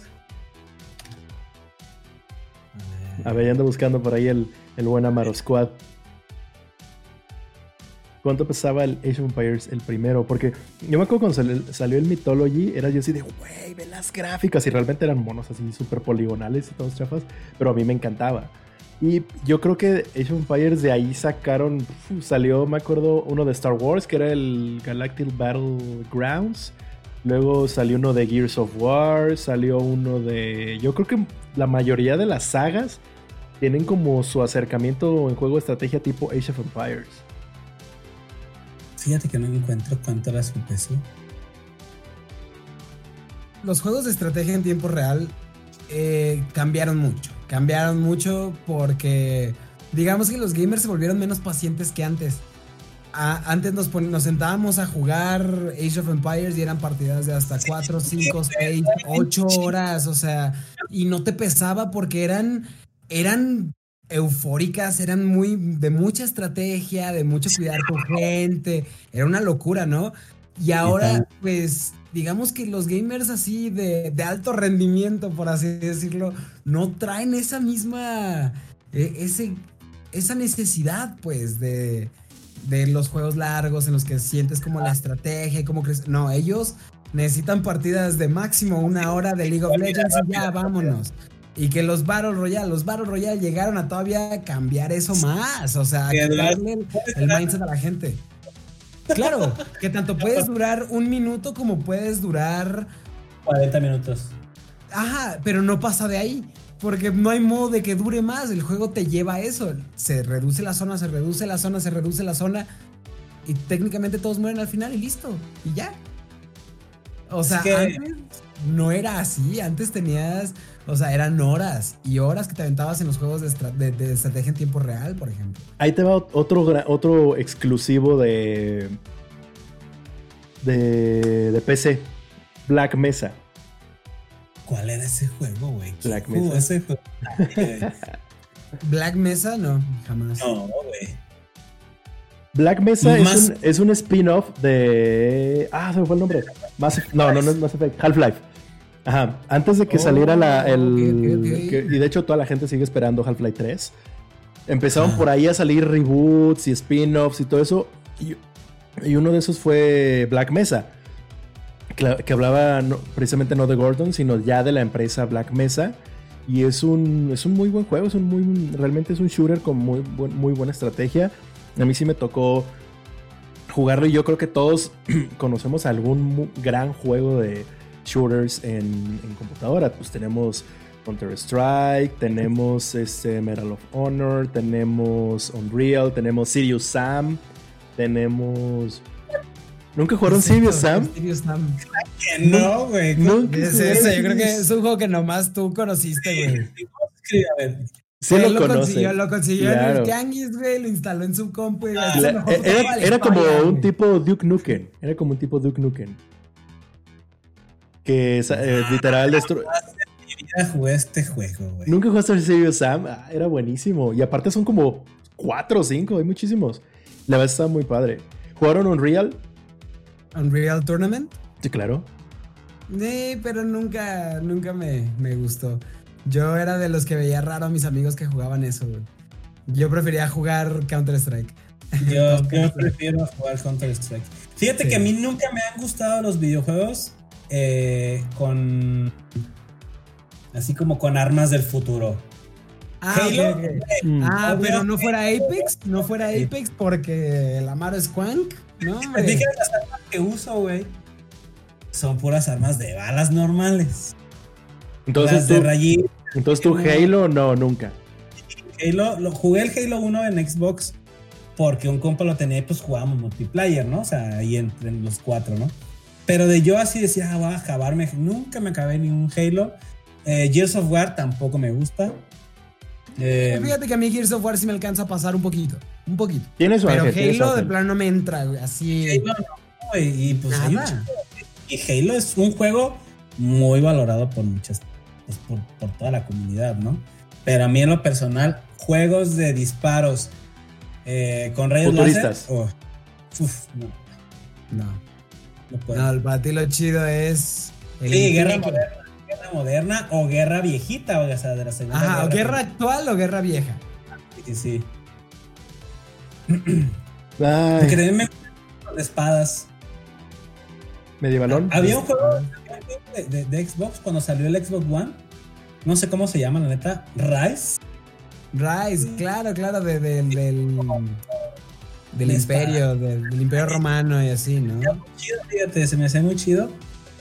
A ver, ya ando buscando por ahí el, el buen Amaro Squad. ¿Cuánto pesaba el Age of Empires el primero? Porque yo me acuerdo cuando salió, salió el Mythology, era yo así de, güey, ve las gráficas. Y realmente eran monos así súper poligonales y todos chafas. Pero a mí me encantaba. Y yo creo que Age of Empires de ahí sacaron, uf, salió, me acuerdo, uno de Star Wars, que era el Galactic Battlegrounds. Luego salió uno de Gears of War, salió uno de... Yo creo que la mayoría de las sagas tienen como su acercamiento en juego de estrategia tipo Age of Empires. Fíjate que no encuentro cuánto era su peso. Los juegos de estrategia en tiempo real eh, cambiaron mucho. Cambiaron mucho porque digamos que los gamers se volvieron menos pacientes que antes. A, antes nos, pon, nos sentábamos a jugar Age of Empires y eran partidas de hasta cuatro, cinco, seis, ocho horas, o sea, y no te pesaba porque eran, eran eufóricas, eran muy de mucha estrategia, de mucho cuidar con gente, era una locura, ¿no? Y ahora, pues, digamos que los gamers así de, de alto rendimiento, por así decirlo, no traen esa misma, eh, ese, esa necesidad, pues, de... de los juegos largos en los que sientes como la estrategia y cómo crees. No, ellos necesitan partidas de máximo una hora de League of Legends y ya, vámonos. Y que los Battle Royale, los Battle Royale llegaron a todavía cambiar eso más, o sea, a quitarle el, el mindset a la gente. Claro, que tanto puedes durar un minuto como puedes durar cuarenta minutos. Ajá, pero no pasa de ahí. Porque no hay modo de que dure más. El juego te lleva a eso. Se reduce la zona, se reduce la zona, se reduce la zona. Y técnicamente todos mueren al final y listo. Y ya. O sea, es que... antes no era así. Antes tenías... O sea, eran horas y horas que te aventabas en los juegos de, estra- de, de estrategia en tiempo real, por ejemplo. Ahí te va otro, otro exclusivo de... De, de P C. Black Mesa. ¿Cuál era ese juego, güey? Black Mesa. Ese juego? Black Mesa, no, jamás. No, güey. Black Mesa Más... es, un, es un spin-off de... Ah, se me fue el nombre. Mass... No, no, no es Mass Effect. Half-Life. Ajá. Antes de que oh, saliera la... El... Okay, okay, okay. Que, y de hecho toda la gente sigue esperando Half-Life tres. Empezaron ah. por ahí a salir reboots y spin-offs y todo eso. Y, y uno de esos fue Black Mesa. Que hablaba no, precisamente no de Gordon, sino ya de la empresa Black Mesa. Y es un, es un muy buen juego, es un muy, realmente es un shooter con muy, buen, muy buena estrategia. A mí sí me tocó jugarlo y yo creo que todos conocemos algún muy, gran juego de shooters en, en computadora. Pues tenemos Counter-Strike, tenemos este Medal of Honor, tenemos Unreal, tenemos Serious Sam, tenemos... ¿Nunca jugaron Serious Sam? Serious Sam. Que no, güey. Nunca Es jugué eso, yo creo que Serious- es un juego que nomás tú conociste, güey. Sí, a ver. Sí Él lo lo conoce. consiguió, lo consiguió en Claro. el Tianguis, güey, lo instaló en su compu. Y Ah, es el La- mejor juego de era, la era como historia, un güey. tipo Duke Nukem. Era como un tipo Duke Nukem. Que eh, literal destru- Ya jugué este juego, güey. Nunca jugaste Serious Sam. Ah, era buenísimo. Y aparte son como cuatro o cinco. Hay muchísimos. La verdad está muy padre. ¿Jugaron Unreal? Unreal Tournament. Sí, claro. Sí, pero nunca, nunca me, me gustó. Yo era de los que veía raro a mis amigos que jugaban eso, güey. Yo prefería jugar Counter-Strike. Yo, yo prefiero jugar Counter-Strike. Fíjate Sí. que a mí nunca me han gustado los videojuegos eh, con... Así como con armas del futuro. Ah, Halo, ok, ok. Mm. Ah, Obvio. pero no fuera Apex, no fuera Apex porque el Amaro es Quank, ¿no? Me hombre? dije las armas que uso, güey. Son puras armas de balas normales. Entonces las de tú, rayito. entonces tú Halo, no, nunca. Halo, lo, jugué el Halo uno en Xbox porque un compa lo tenía y pues jugábamos multiplayer, ¿no? O sea, ahí entre los cuatro, ¿no? Pero de yo así decía, ah, voy a acabarme. Nunca me acabé ni un Halo. Eh, Gears of War tampoco me gusta. Eh, Fíjate que a mí Gears of War sí me alcanza a pasar un poquito, un poquito. Tiene su Pero ángel, tiene su Halo de ángel. plano no me entra, güey, así. Halo no, güey, y pues hay un Nada. chico, y Halo es un juego muy valorado por muchas, pues, por, por toda la comunidad, ¿no? Pero a mí en lo personal, juegos de disparos eh, con rayos Futuristas. láser, oh, uf, no, No, no puedo. no, para ti lo chido es. el Sí, guerra Infinity. moderna, guerra moderna o guerra viejita, o sea, de la segunda Ajá, o guerra. guerra actual o guerra vieja. Sí, sí. Ay, Porque también me gustan las espadas. medievalón. Había un juego, había un juego de, de- de Xbox cuando salió el Xbox One. No sé cómo se llama, la neta. Rise. Rise, claro, claro, de- de- del. Del De imperio, del, del imperio romano y así, ¿no? Muy chido, fíjate, se me hace muy chido.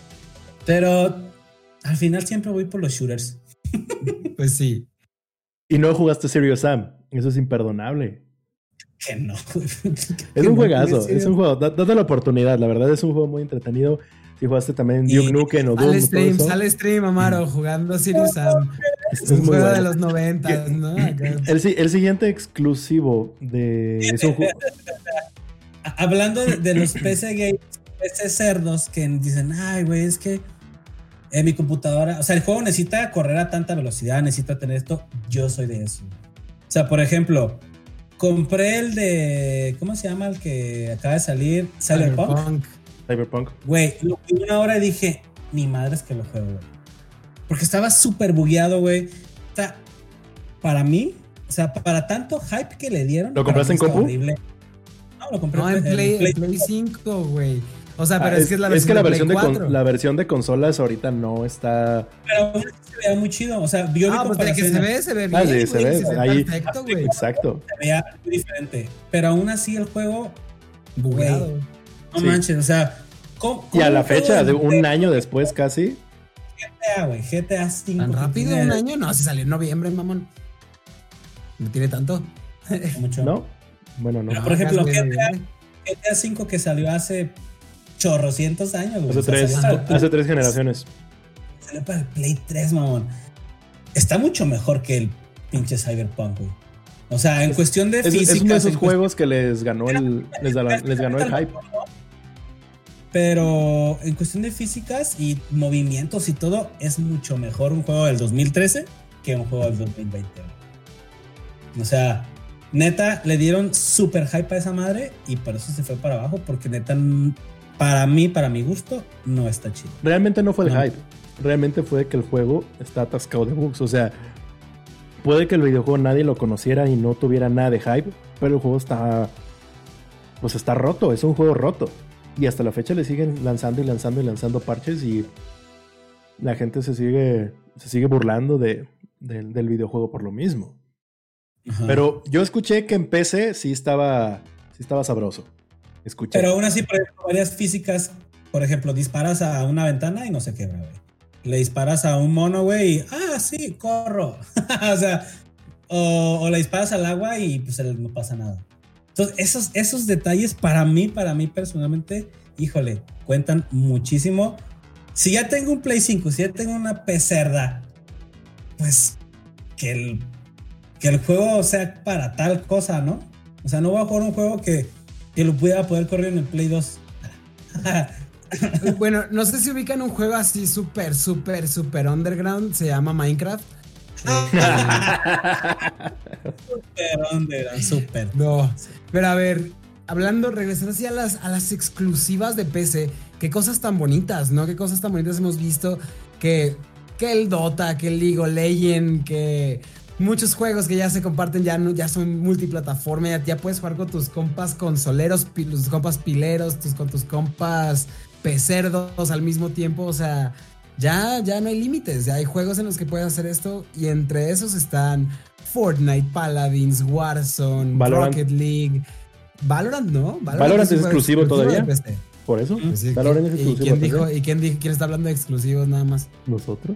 Pero al final siempre voy por los shooters. Pues sí. Y no jugaste Serious Sam. Eso es imperdonable. Que no. Es un juegazo. Es un juego. da- Date la oportunidad. La verdad es un juego muy entretenido. Si jugaste también Y- Duke Nukem o Doom, Sale todo stream, eso, sale stream, Amaro, jugando Serious Sam. es Es un muy juego bueno. de los noventas, ¿no? Acá. El, si- el siguiente exclusivo de. Es un juego. Hablando de, de los P C games, P C cerdos que dicen, ay, güey, es que en mi computadora, o sea, el juego necesita correr a tanta velocidad, necesita tener esto. Yo soy de eso. O sea, por ejemplo, compré el de, ¿cómo se llama? El que acaba de salir, Cyberpunk. Cyberpunk. Cyberpunk. Güey, lo jugué una hora y dije, ni madre es que lo juego, güey. Porque estaba súper bugueado, güey. O sea, para mí, o sea, para tanto hype que le dieron. ¿Lo para compraste mí en está compu? horrible. No, lo compré No, en Play, en Play cinco, güey. O sea, pero Ah, es, que es la versión que la de versión Play de, con- cuatro. la versión de consolas ahorita no está. Pero aún así se veía muy chido. O sea, yo vi Ah, pues de que se comparaciones, ve, se ve Ah, bien, sí, se güey, ve, ahí- perfecto, güey. Exacto. se veía muy diferente. Pero aún así el juego, Bugueado. no Sí. manches, o sea. ¿cómo- Y a cómo la un juego fecha, de un G año después casi. T A, güey, G T A cinco. ¿Tan que rápido? tiene ¿Un año? No, si salió en noviembre, mamón. No tiene tanto. mucho. ¿No? Bueno, no. Pero, por ejemplo, acá salió en G T A noviembre. G T A cinco que salió hace chorrocientos años, güey. Hace O sea, tres, salió para- hace tres generaciones. Salió para el Play tres, mamón. Está mucho mejor que el pinche Cyberpunk, güey. O sea, en cuestión de Es, física. es uno de esos juegos que les ganó el, les, da- les ganó el hype. Pero en cuestión de físicas y movimientos y todo, es mucho mejor un juego del dos mil trece que un juego del dos mil veinte. O sea, neta, le dieron super hype a esa madre y por eso se fue para abajo, porque neta, para mí, para mi gusto, no está chido. Realmente no fue el No. hype. Realmente fue que el juego está atascado de bugs. O sea, puede que el videojuego nadie lo conociera y no tuviera nada de hype, pero el juego está. Pues está roto, es un juego roto. Y hasta la fecha le siguen lanzando y lanzando y lanzando parches y la gente se sigue, se sigue burlando de, de- del videojuego por lo mismo. Ajá. Pero yo escuché que en P C sí estaba, sí estaba sabroso. Escuché. Pero aún así, por ejemplo, varias físicas, por ejemplo, disparas a una ventana y no se quebra, güey. Le disparas a un mono, güey, y, ah, sí, corro. O sea, o, o le disparas al agua y pues no pasa nada. Entonces, esos, esos detalles para mí, para mí personalmente, híjole, cuentan muchísimo. Si ya tengo un Play cinco, si ya tengo una P C, pues que el, que el juego sea para tal cosa, ¿no? O sea, no voy a jugar un juego que, que lo pueda poder correr en el Play dos. Bueno, no sé si ubican un juego así súper, súper, súper underground, se llama Minecraft. Súper underground, súper. No, pero a ver, hablando, regresando así a las, a las exclusivas de P C, qué cosas tan bonitas, ¿no? Qué cosas tan bonitas hemos visto que, que el Dota, que el League of Legends, que muchos juegos que ya se comparten, ya, no, ya son multiplataforma, ya, ya puedes jugar con tus compas consoleros, tus compas pileros, tus, con tus compas pecerdos al mismo tiempo, o sea, ya, ya no hay límites, ya hay juegos en los que puedes hacer esto y entre esos están Fortnite, Paladins, Warzone, Valorant. Rocket League, Valorant, ¿no? Valorant, Valorant es, es exclusivo, exclusivo todavía. Por eso, pues sí, Valorant es exclusivo. ¿Y quién dijo, ¿y quién, dijo, quién está hablando de exclusivos nada más? Nosotros.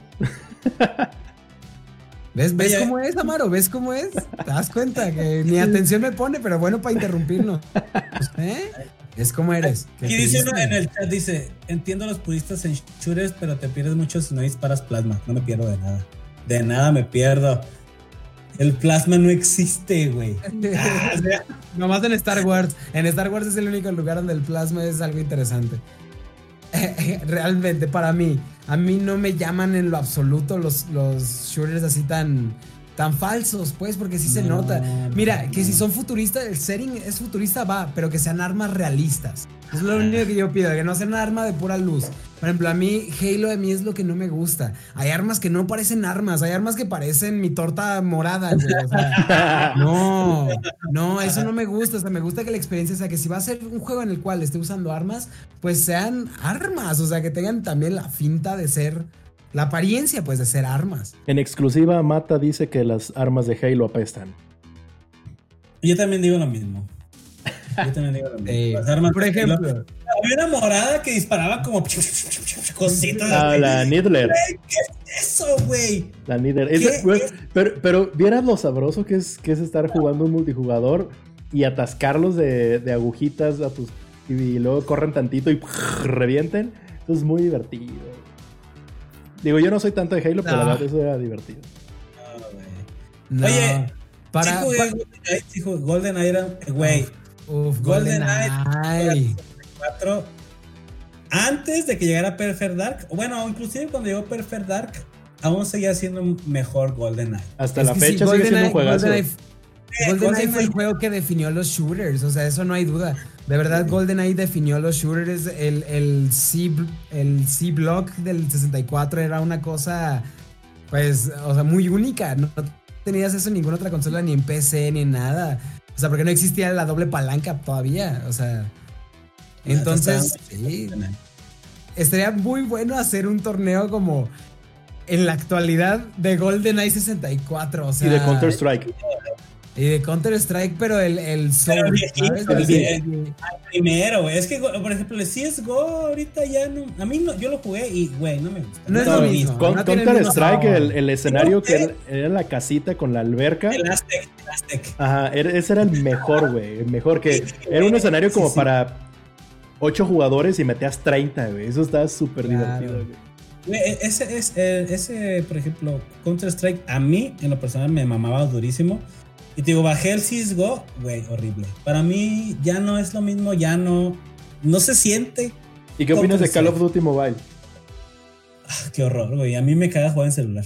¿Ves, ¿ves cómo es, Amaro? ¿Ves cómo es? ¿Te das cuenta? Que ni atención me pone, pero bueno para interrumpirnos. ¿Eh? Es como eres. Aquí dice uno en el chat, dice, entiendo los puristas en shooters, pero te pierdes mucho si no disparas plasma. No me pierdo de nada. De nada me pierdo. El plasma no existe, güey. Ah, o sea, nomás en Star Wars. En Star Wars es el único lugar donde el plasma es algo interesante. Realmente, para mí, a mí no me llaman en lo absoluto los, los shooters así tan, tan falsos, pues, porque sí se no, nota. Mira, que si son futuristas, el setting es futurista, va, pero que sean armas realistas. Es lo único que yo pido, que no sea un arma de pura luz. Por ejemplo, a mí, Halo a mí es lo que no me gusta. Hay armas que no parecen armas, hay armas que parecen mi torta morada, güey. O sea, no, no, eso no me gusta. O sea, me gusta que la experiencia sea que si va a ser un juego en el cual esté usando armas, pues sean armas. O sea, que tengan también la finta de ser, la apariencia, pues, de ser armas. En exclusiva, Mata dice que las armas de Halo apestan. Yo también digo lo mismo. Yo también digo lo mismo. Eh, las armas, por ejemplo, Halo, había una morada que disparaba como cositas. Ah, la Needler. ¿Qué es eso, güey? La Needler. Es, güey, pero, pero vieras lo sabroso que es, que es estar jugando un multijugador y atascarlos de, de agujitas a tus, y luego corren tantito y revienten. Eso es muy divertido. Digo, yo no soy tanto de Halo, no. Pero la verdad eso era divertido. No, no. Oye, para, sí jugué, para... sí jugué GoldenEye era, güey. Uf, GoldenEye. cuatro antes de que llegara Perfect Dark, bueno, inclusive cuando llegó Perfect Dark, aún seguía siendo mejor GoldenEye. Hasta es la fecha sí, sigue siendo un juegazo. GoldenEye, GoldenEye fue el juego que definió los shooters, o sea, eso no hay duda. De verdad, GoldenEye definió los shooters. El, el C el C-Block del sesenta y cuatro era una cosa, pues, o sea, muy única. No tenías eso en ninguna otra consola, ni en P C, ni en nada. O sea, porque no existía la doble palanca todavía, o sea... Entonces, sí, estaría muy bueno hacer un torneo como en la actualidad de GoldenEye sesenta y cuatro, o sea... Y de Counter-Strike. Y de Counter-Strike, pero el, el Soul, ¿sabes? El, el, el primero, güey. Es que, por ejemplo, el C S G O ahorita ya no... A mí no, yo lo jugué y, güey, no me gusta. No, no es lo mismo. Con, no Counter-Strike, el, el escenario que era la casita con la alberca. El Aztec, el Aztec. Ajá, ese era el mejor, güey. El mejor que... Sí, era un escenario como sí, sí. para ocho jugadores y metías treinta, güey. Eso estaba súper claro. divertido, güey. Ese, ese, ese, por ejemplo, Counter-Strike, a mí, en lo personal, me mamaba durísimo. Y te digo, bajé el C S G O, güey, horrible. Para mí ya no es lo mismo, ya no... No se siente. ¿Y qué opinas de Call of Duty Mobile? Ah, qué horror, güey. A mí me caga jugar en celular.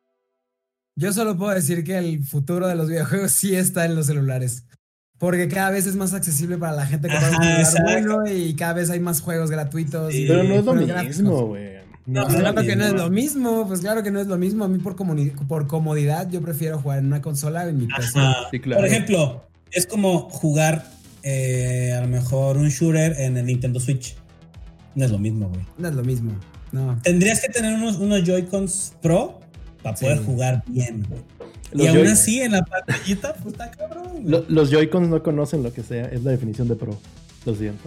Yo solo puedo decir que el futuro de los videojuegos sí está en los celulares. Porque cada vez es más accesible para la gente que puede jugar bueno y cada vez hay más juegos gratuitos. Sí, y pero no es lo mismo, güey. No, pues claro que no es lo mismo, pues claro que no es lo mismo. A mí por, por comodidad yo prefiero jugar en una consola en mi P C. Sí, claro. Por ejemplo, es como jugar eh, a lo mejor un shooter en el Nintendo Switch. No es lo mismo, güey. No es lo mismo, no. Tendrías que tener unos, unos Joy-Cons Pro para poder sí. jugar bien, güey. Los y aún Joy- así en la pantallita, pues está cabrón, güey. Lo, los Joy-Cons no conocen lo que sea, es la definición de Pro. Lo siento.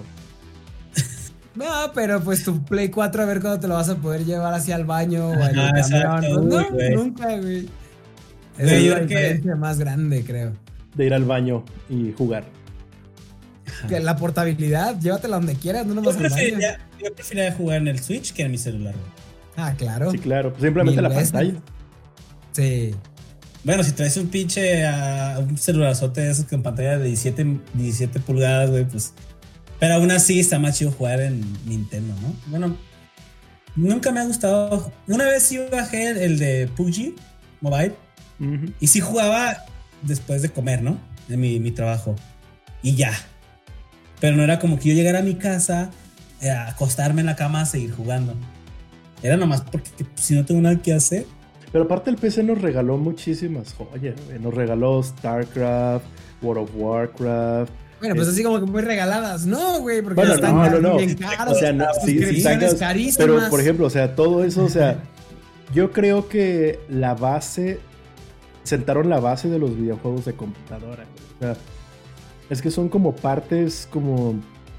No, pero pues tu Play cuatro a ver cuándo te lo vas a poder llevar hacia el baño o en el ah, camión. exacto, No, uy, güey. nunca, güey. Esa Güey, es la que- diferencia más grande, creo. De ir al baño y jugar. Que la portabilidad, llévatela donde quieras, no nomás yo preferiría, yo preferiría jugar en el Switch que en mi celular. Ah, claro. Sí, claro. Pues simplemente Mil la veces. pantalla. Sí. Bueno, si traes un pinche uh, un celularzote de esos con pantalla de diecisiete pulgadas, güey, pues. Pero aún así está más chido jugar en Nintendo, ¿no? Bueno, nunca me ha gustado. Una vez sí bajé el, el de P U B G Mobile. Uh-huh. Y sí jugaba después de comer, ¿no? De mi, mi trabajo. Y ya. Pero no era como que yo llegara a mi casa, eh, a acostarme en la cama a seguir jugando. Era nomás porque si no tengo nada que hacer. Pero aparte el P C nos regaló muchísimas joyas. Nos regaló StarCraft, World of Warcraft. Bueno, pues es... así como que muy regaladas, ¿no, güey? Porque bueno, están no, no, no. bien caros. O sea, no, sí, sí, sacas, carísimas. Pero, por ejemplo, o sea, todo eso, o sea, yo creo que la base, sentaron la base de los videojuegos de computadora. O sea, es que son como partes, como...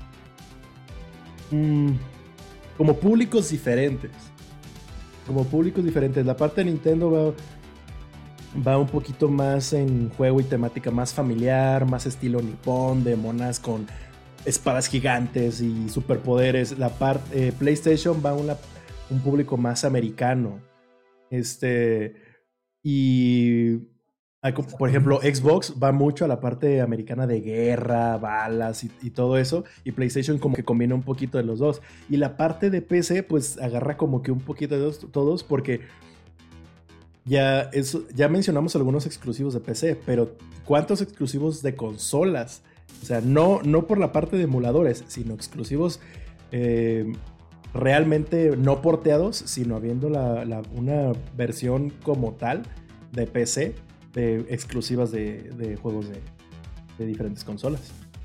Mmm, como públicos diferentes. Como públicos diferentes. La parte de Nintendo va... Va un poquito más en juego y temática más familiar, más estilo nipón, de monas con espadas gigantes y superpoderes. La parte eh, PlayStation va a una, un público más americano. Este y por ejemplo Xbox va mucho a la parte americana de guerra, balas y, y todo eso. Y PlayStation como que combina un poquito de los dos. Y la parte de P C pues agarra como que un poquito de dos, todos porque Ya, eso, ya mencionamos algunos exclusivos de P C, pero ¿cuántos exclusivos de consolas? O sea, no, no por la parte de emuladores, sino exclusivos eh, realmente no porteados, sino habiendo la, la, una versión como tal de P C, de exclusivas de, de juegos de, de diferentes consolas.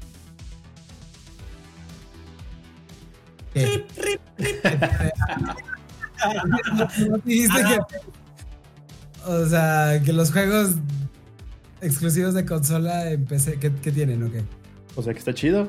¿Qué? ¿No dijiste que... O sea, que los juegos exclusivos de consola en P C, ¿qué, qué tienen o qué? O sea, que está chido.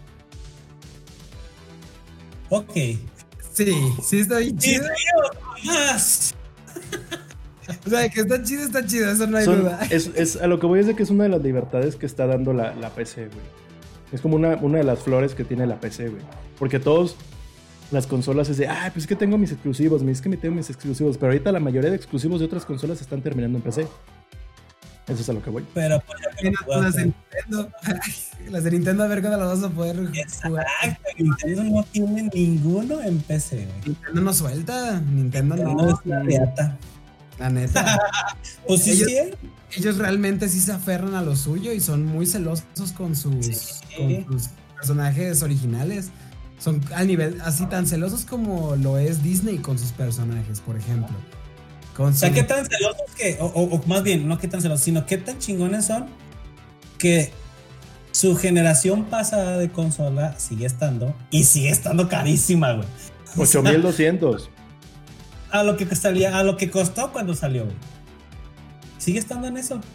Ok. Sí, sí está bien chido. Más. O sea, que está chido, está chido, eso no hay Son, duda. Es, es, a lo que voy es de que es una de las libertades que está dando la, la P C, güey. Es como una, una de las flores que tiene la P C, güey. Porque todos... Las consolas es de, ah, pues es que tengo mis exclusivos, es que me tengo mis exclusivos. Pero ahorita la mayoría de exclusivos de otras consolas están terminando en P C. Eso es a lo que voy. Pero pues, las de Nintendo, las de Nintendo, a ver cuándo las vas a poder jugar. Exacto, Nintendo no tiene ninguno en P C, güey. Nintendo no suelta, Nintendo, Nintendo no. Es la neta. La neta. Pues sí, ellos, sí. ellos realmente sí se aferran a lo suyo y son muy celosos con sus, sí. con sus personajes originales. Son al nivel así tan celosos como lo es Disney con sus personajes, por ejemplo. Con o sea, su... qué tan celosos que, o, o, o más bien, no qué tan celosos, sino qué tan chingones son que su generación pasada de consola sigue estando y sigue estando carísima, güey. ocho mil doscientos. A lo que costaría, a lo que costó cuando salió, güey. Sigue estando en eso.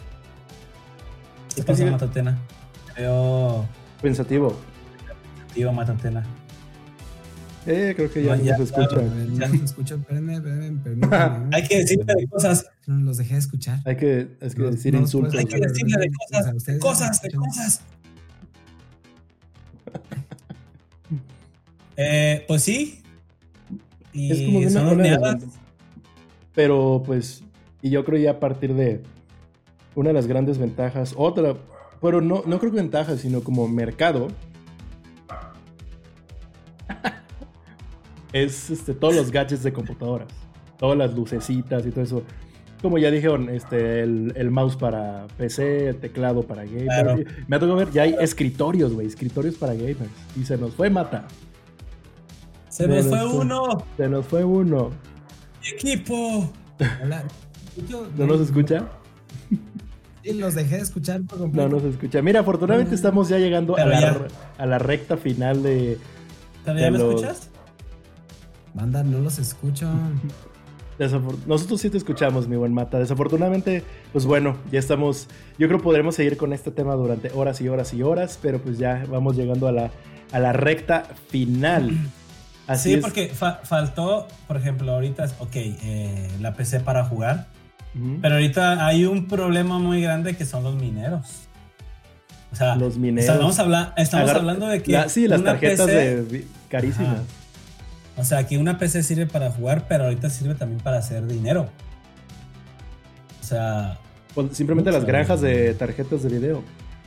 ¿Qué pasa, Matatena? Veo pensativo. Pensativo, Matatena. Eh, creo que ya no, ya, se escucha. Ya no se escucha, espérenme, espérenme, espérenme. Hay que decirle de cosas. Los dejé de escuchar. Hay que, hay que decir no, insultos. Hay que decirle de cosas, de cosas, de cosas. eh, pues sí. Y es como de una, una de las, pero pues, y yo creo ya a partir de una de las grandes ventajas, otra, pero no, no creo que ventajas, sino como mercado, es este, todos los gadgets de computadoras, todas las lucecitas y todo eso. Como ya dijeron, este, el, el mouse para P C, el teclado para gamers. Claro. Me ha tocado ver, ya hay escritorios, güey, escritorios para gamers. Y se nos fue, Mata. Se me fue uno. Se nos fue uno. Equipo. Hola. ¿No nos escucha? Sí, los dejé de escuchar por completo. No nos escucha. Mira, afortunadamente estamos ya llegando a la, a la recta final de... ¿Pero ya me los... escuchas? Banda, no los escucho. Desafor... Nosotros sí te escuchamos, mi buen Mata. Desafortunadamente, pues bueno, ya estamos... Yo creo que podremos seguir con este tema durante horas y horas y horas, pero pues ya vamos llegando a la, a la recta final. Así sí, es. porque fa- faltó, por ejemplo, ahorita, ok, eh, la P C para jugar, uh-huh. Pero ahorita hay un problema muy grande que son los mineros. O sea, los mineros. Estamos, habla estamos Agar hablando de que. La, sí, las tarjetas P C, de carísimas. Ajá. O sea, que una P C sirve para jugar, pero ahorita sirve también para hacer dinero. O sea. Pues simplemente las granjas de tarjetas de video.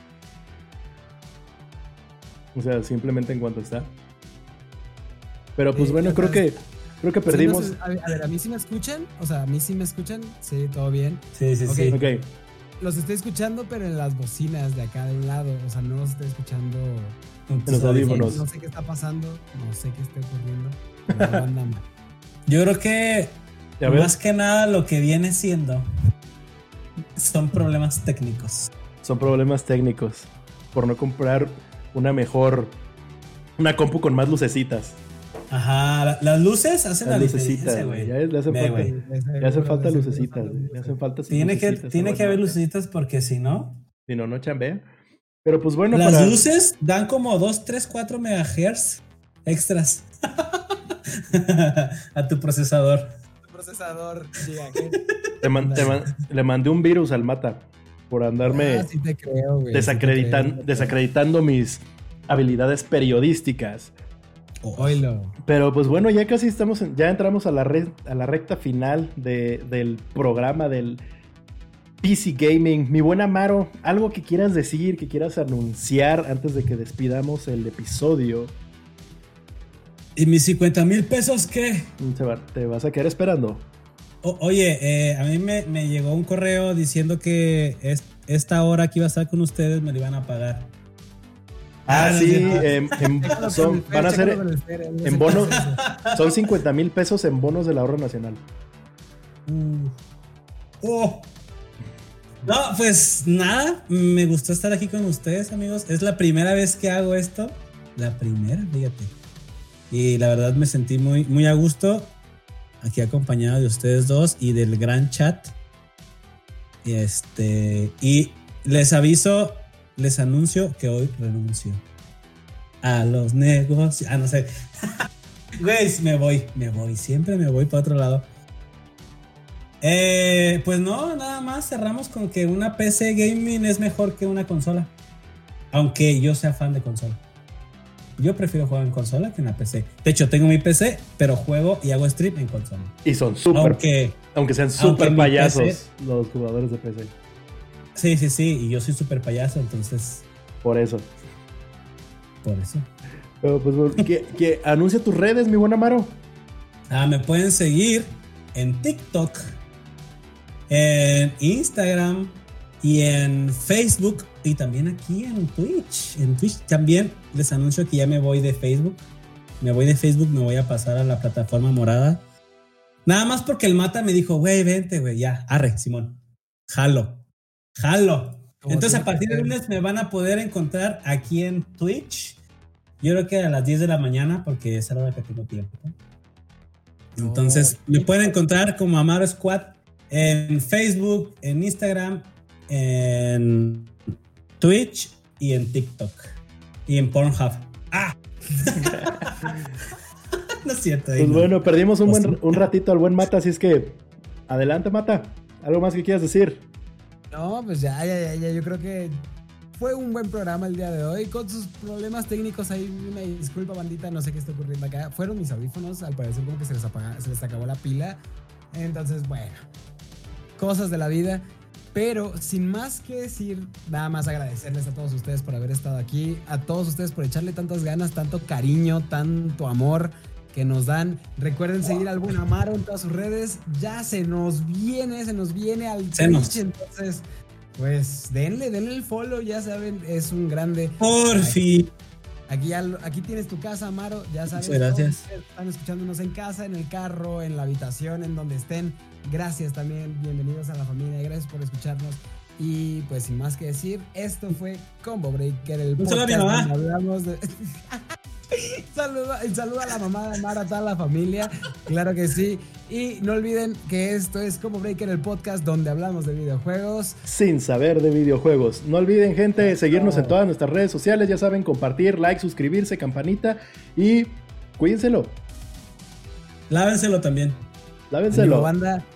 O sea, simplemente en cuanto está. Pero pues eh, bueno, creo que creo que perdimos. Sí, no sé, a ver, ¿a mí sí me escuchan? O sea, ¿a mí sí me escuchan? Sí, todo bien. Sí, sí, okay. sí. Ok. Los estoy escuchando, pero en las bocinas de acá de un lado. O sea, no los estoy escuchando en los audífonos. No sé qué está pasando, no sé qué está ocurriendo. Pero anda mal. Yo creo que más que nada lo que viene siendo son problemas técnicos. Son problemas técnicos. Por no comprar una mejor, una compu con más lucecitas. Ajá, la, las luces hacen las la lucecitas, güey. Ya le hacen Ve, falta, ya hacen falta lucecitas, güey. Le hacen falta Tiene que, tiene que haber lucecitas porque si no. Si no, no chambea. Pero pues bueno. Las para... luces dan como dos, tres, cuatro megahertz extras a tu procesador. Tu procesador, diga, te man, te man, le mandé un virus al Mata por andarme ah, sí te creo, güey, desacreditan, sí te creo. desacreditando mis habilidades periodísticas. Oilo. Pero pues bueno, ya casi estamos, en, ya entramos a la, re, a la recta final de, del programa del P C Gaming. Mi buen Amaro, algo que quieras decir, que quieras anunciar antes de que despidamos el episodio. ¿Y mis cincuenta mil pesos qué? Va, te vas a quedar esperando. O, oye, eh, a mí me, me llegó un correo diciendo que es, esta hora que iba a estar con ustedes me lo iban a pagar. Ah, ah, sí, en, en, son, van a ser en bonos, son cincuenta mil pesos en bonos del ahorro nacional. Uh. Oh. No, pues nada, me gustó estar aquí con ustedes, amigos. Es la primera vez que hago esto, la primera, fíjate. Y la verdad me sentí muy, muy a gusto aquí acompañado de ustedes dos y del gran chat. Y este, y les aviso. Les anuncio que hoy renuncio a los negocios. Ah, no sé. Güey, me voy, me voy. Siempre me voy para otro lado. Eh, pues no, nada más cerramos con que una P C gaming es mejor que una consola. Aunque yo sea fan de consola. Yo prefiero jugar en consola que en la P C. De hecho, tengo mi P C, pero juego y hago stream en consola. Y son súper. Aunque, aunque sean súper payasos P C, los jugadores de P C. Sí, sí, sí, y yo soy súper payaso, entonces... Por eso. Por eso. Pero pues, que, que anuncia tus redes, mi buen Amaro. Ah, me pueden seguir en TikTok, en Instagram y en Facebook y también aquí en Twitch. En Twitch también les anuncio que ya me voy de Facebook. Me voy de Facebook, me voy a pasar a la plataforma morada. Nada más porque el Mata me dijo, güey, vente, güey, ya, arre, Simón, jalo. Jalo. Entonces a partir de lunes me van a poder encontrar aquí en Twitch. Yo creo que a las diez de la mañana porque es la hora que tengo tiempo. Entonces oh, me pueden encontrar como Amaro Squad en Facebook, en Instagram, en Twitch y en TikTok y en Pornhub. ¡Ah! No es cierto. Pues no. Bueno, perdimos un, buen, un ratito al buen Mata, así es que adelante, Mata. ¿Algo más que quieras decir? No, pues ya, ya, ya, ya, yo creo que fue un buen programa el día de hoy, con sus problemas técnicos, ahí una disculpa bandita, no sé qué está ocurriendo acá, fueron mis audífonos, al parecer como que se les, apaga, se les acabó la pila, entonces bueno, cosas de la vida, pero sin más que decir, nada más agradecerles a todos ustedes por haber estado aquí, a todos ustedes por echarle tantas ganas, tanto cariño, tanto amor que nos dan. Recuerden seguir al buen Amaro en todas sus redes. Ya se nos viene, se nos viene al Twitch. Entonces, pues denle, denle el follow, ya saben, es un grande. Por fin. Aquí, ya, aquí tienes tu casa, Amaro, ya saben. Muchas gracias. Están escuchándonos en casa, en el carro, en la habitación, en donde estén. Gracias también, bienvenidos a la familia, gracias por escucharnos. Y pues sin más que decir, esto fue Combo Breaker, el un podcast saludo a mi mamá. Donde hablamos de... Saludo, saludo a la mamá de Mara, a toda la familia, claro que sí. Y no olviden que esto es Combo Breaker, el podcast donde hablamos de videojuegos sin saber de videojuegos. No olviden, gente, seguirnos en todas nuestras redes sociales, ya saben, compartir, like, suscribirse, campanita y cuídenselo. Lávenselo también. Lávenselo. Banda.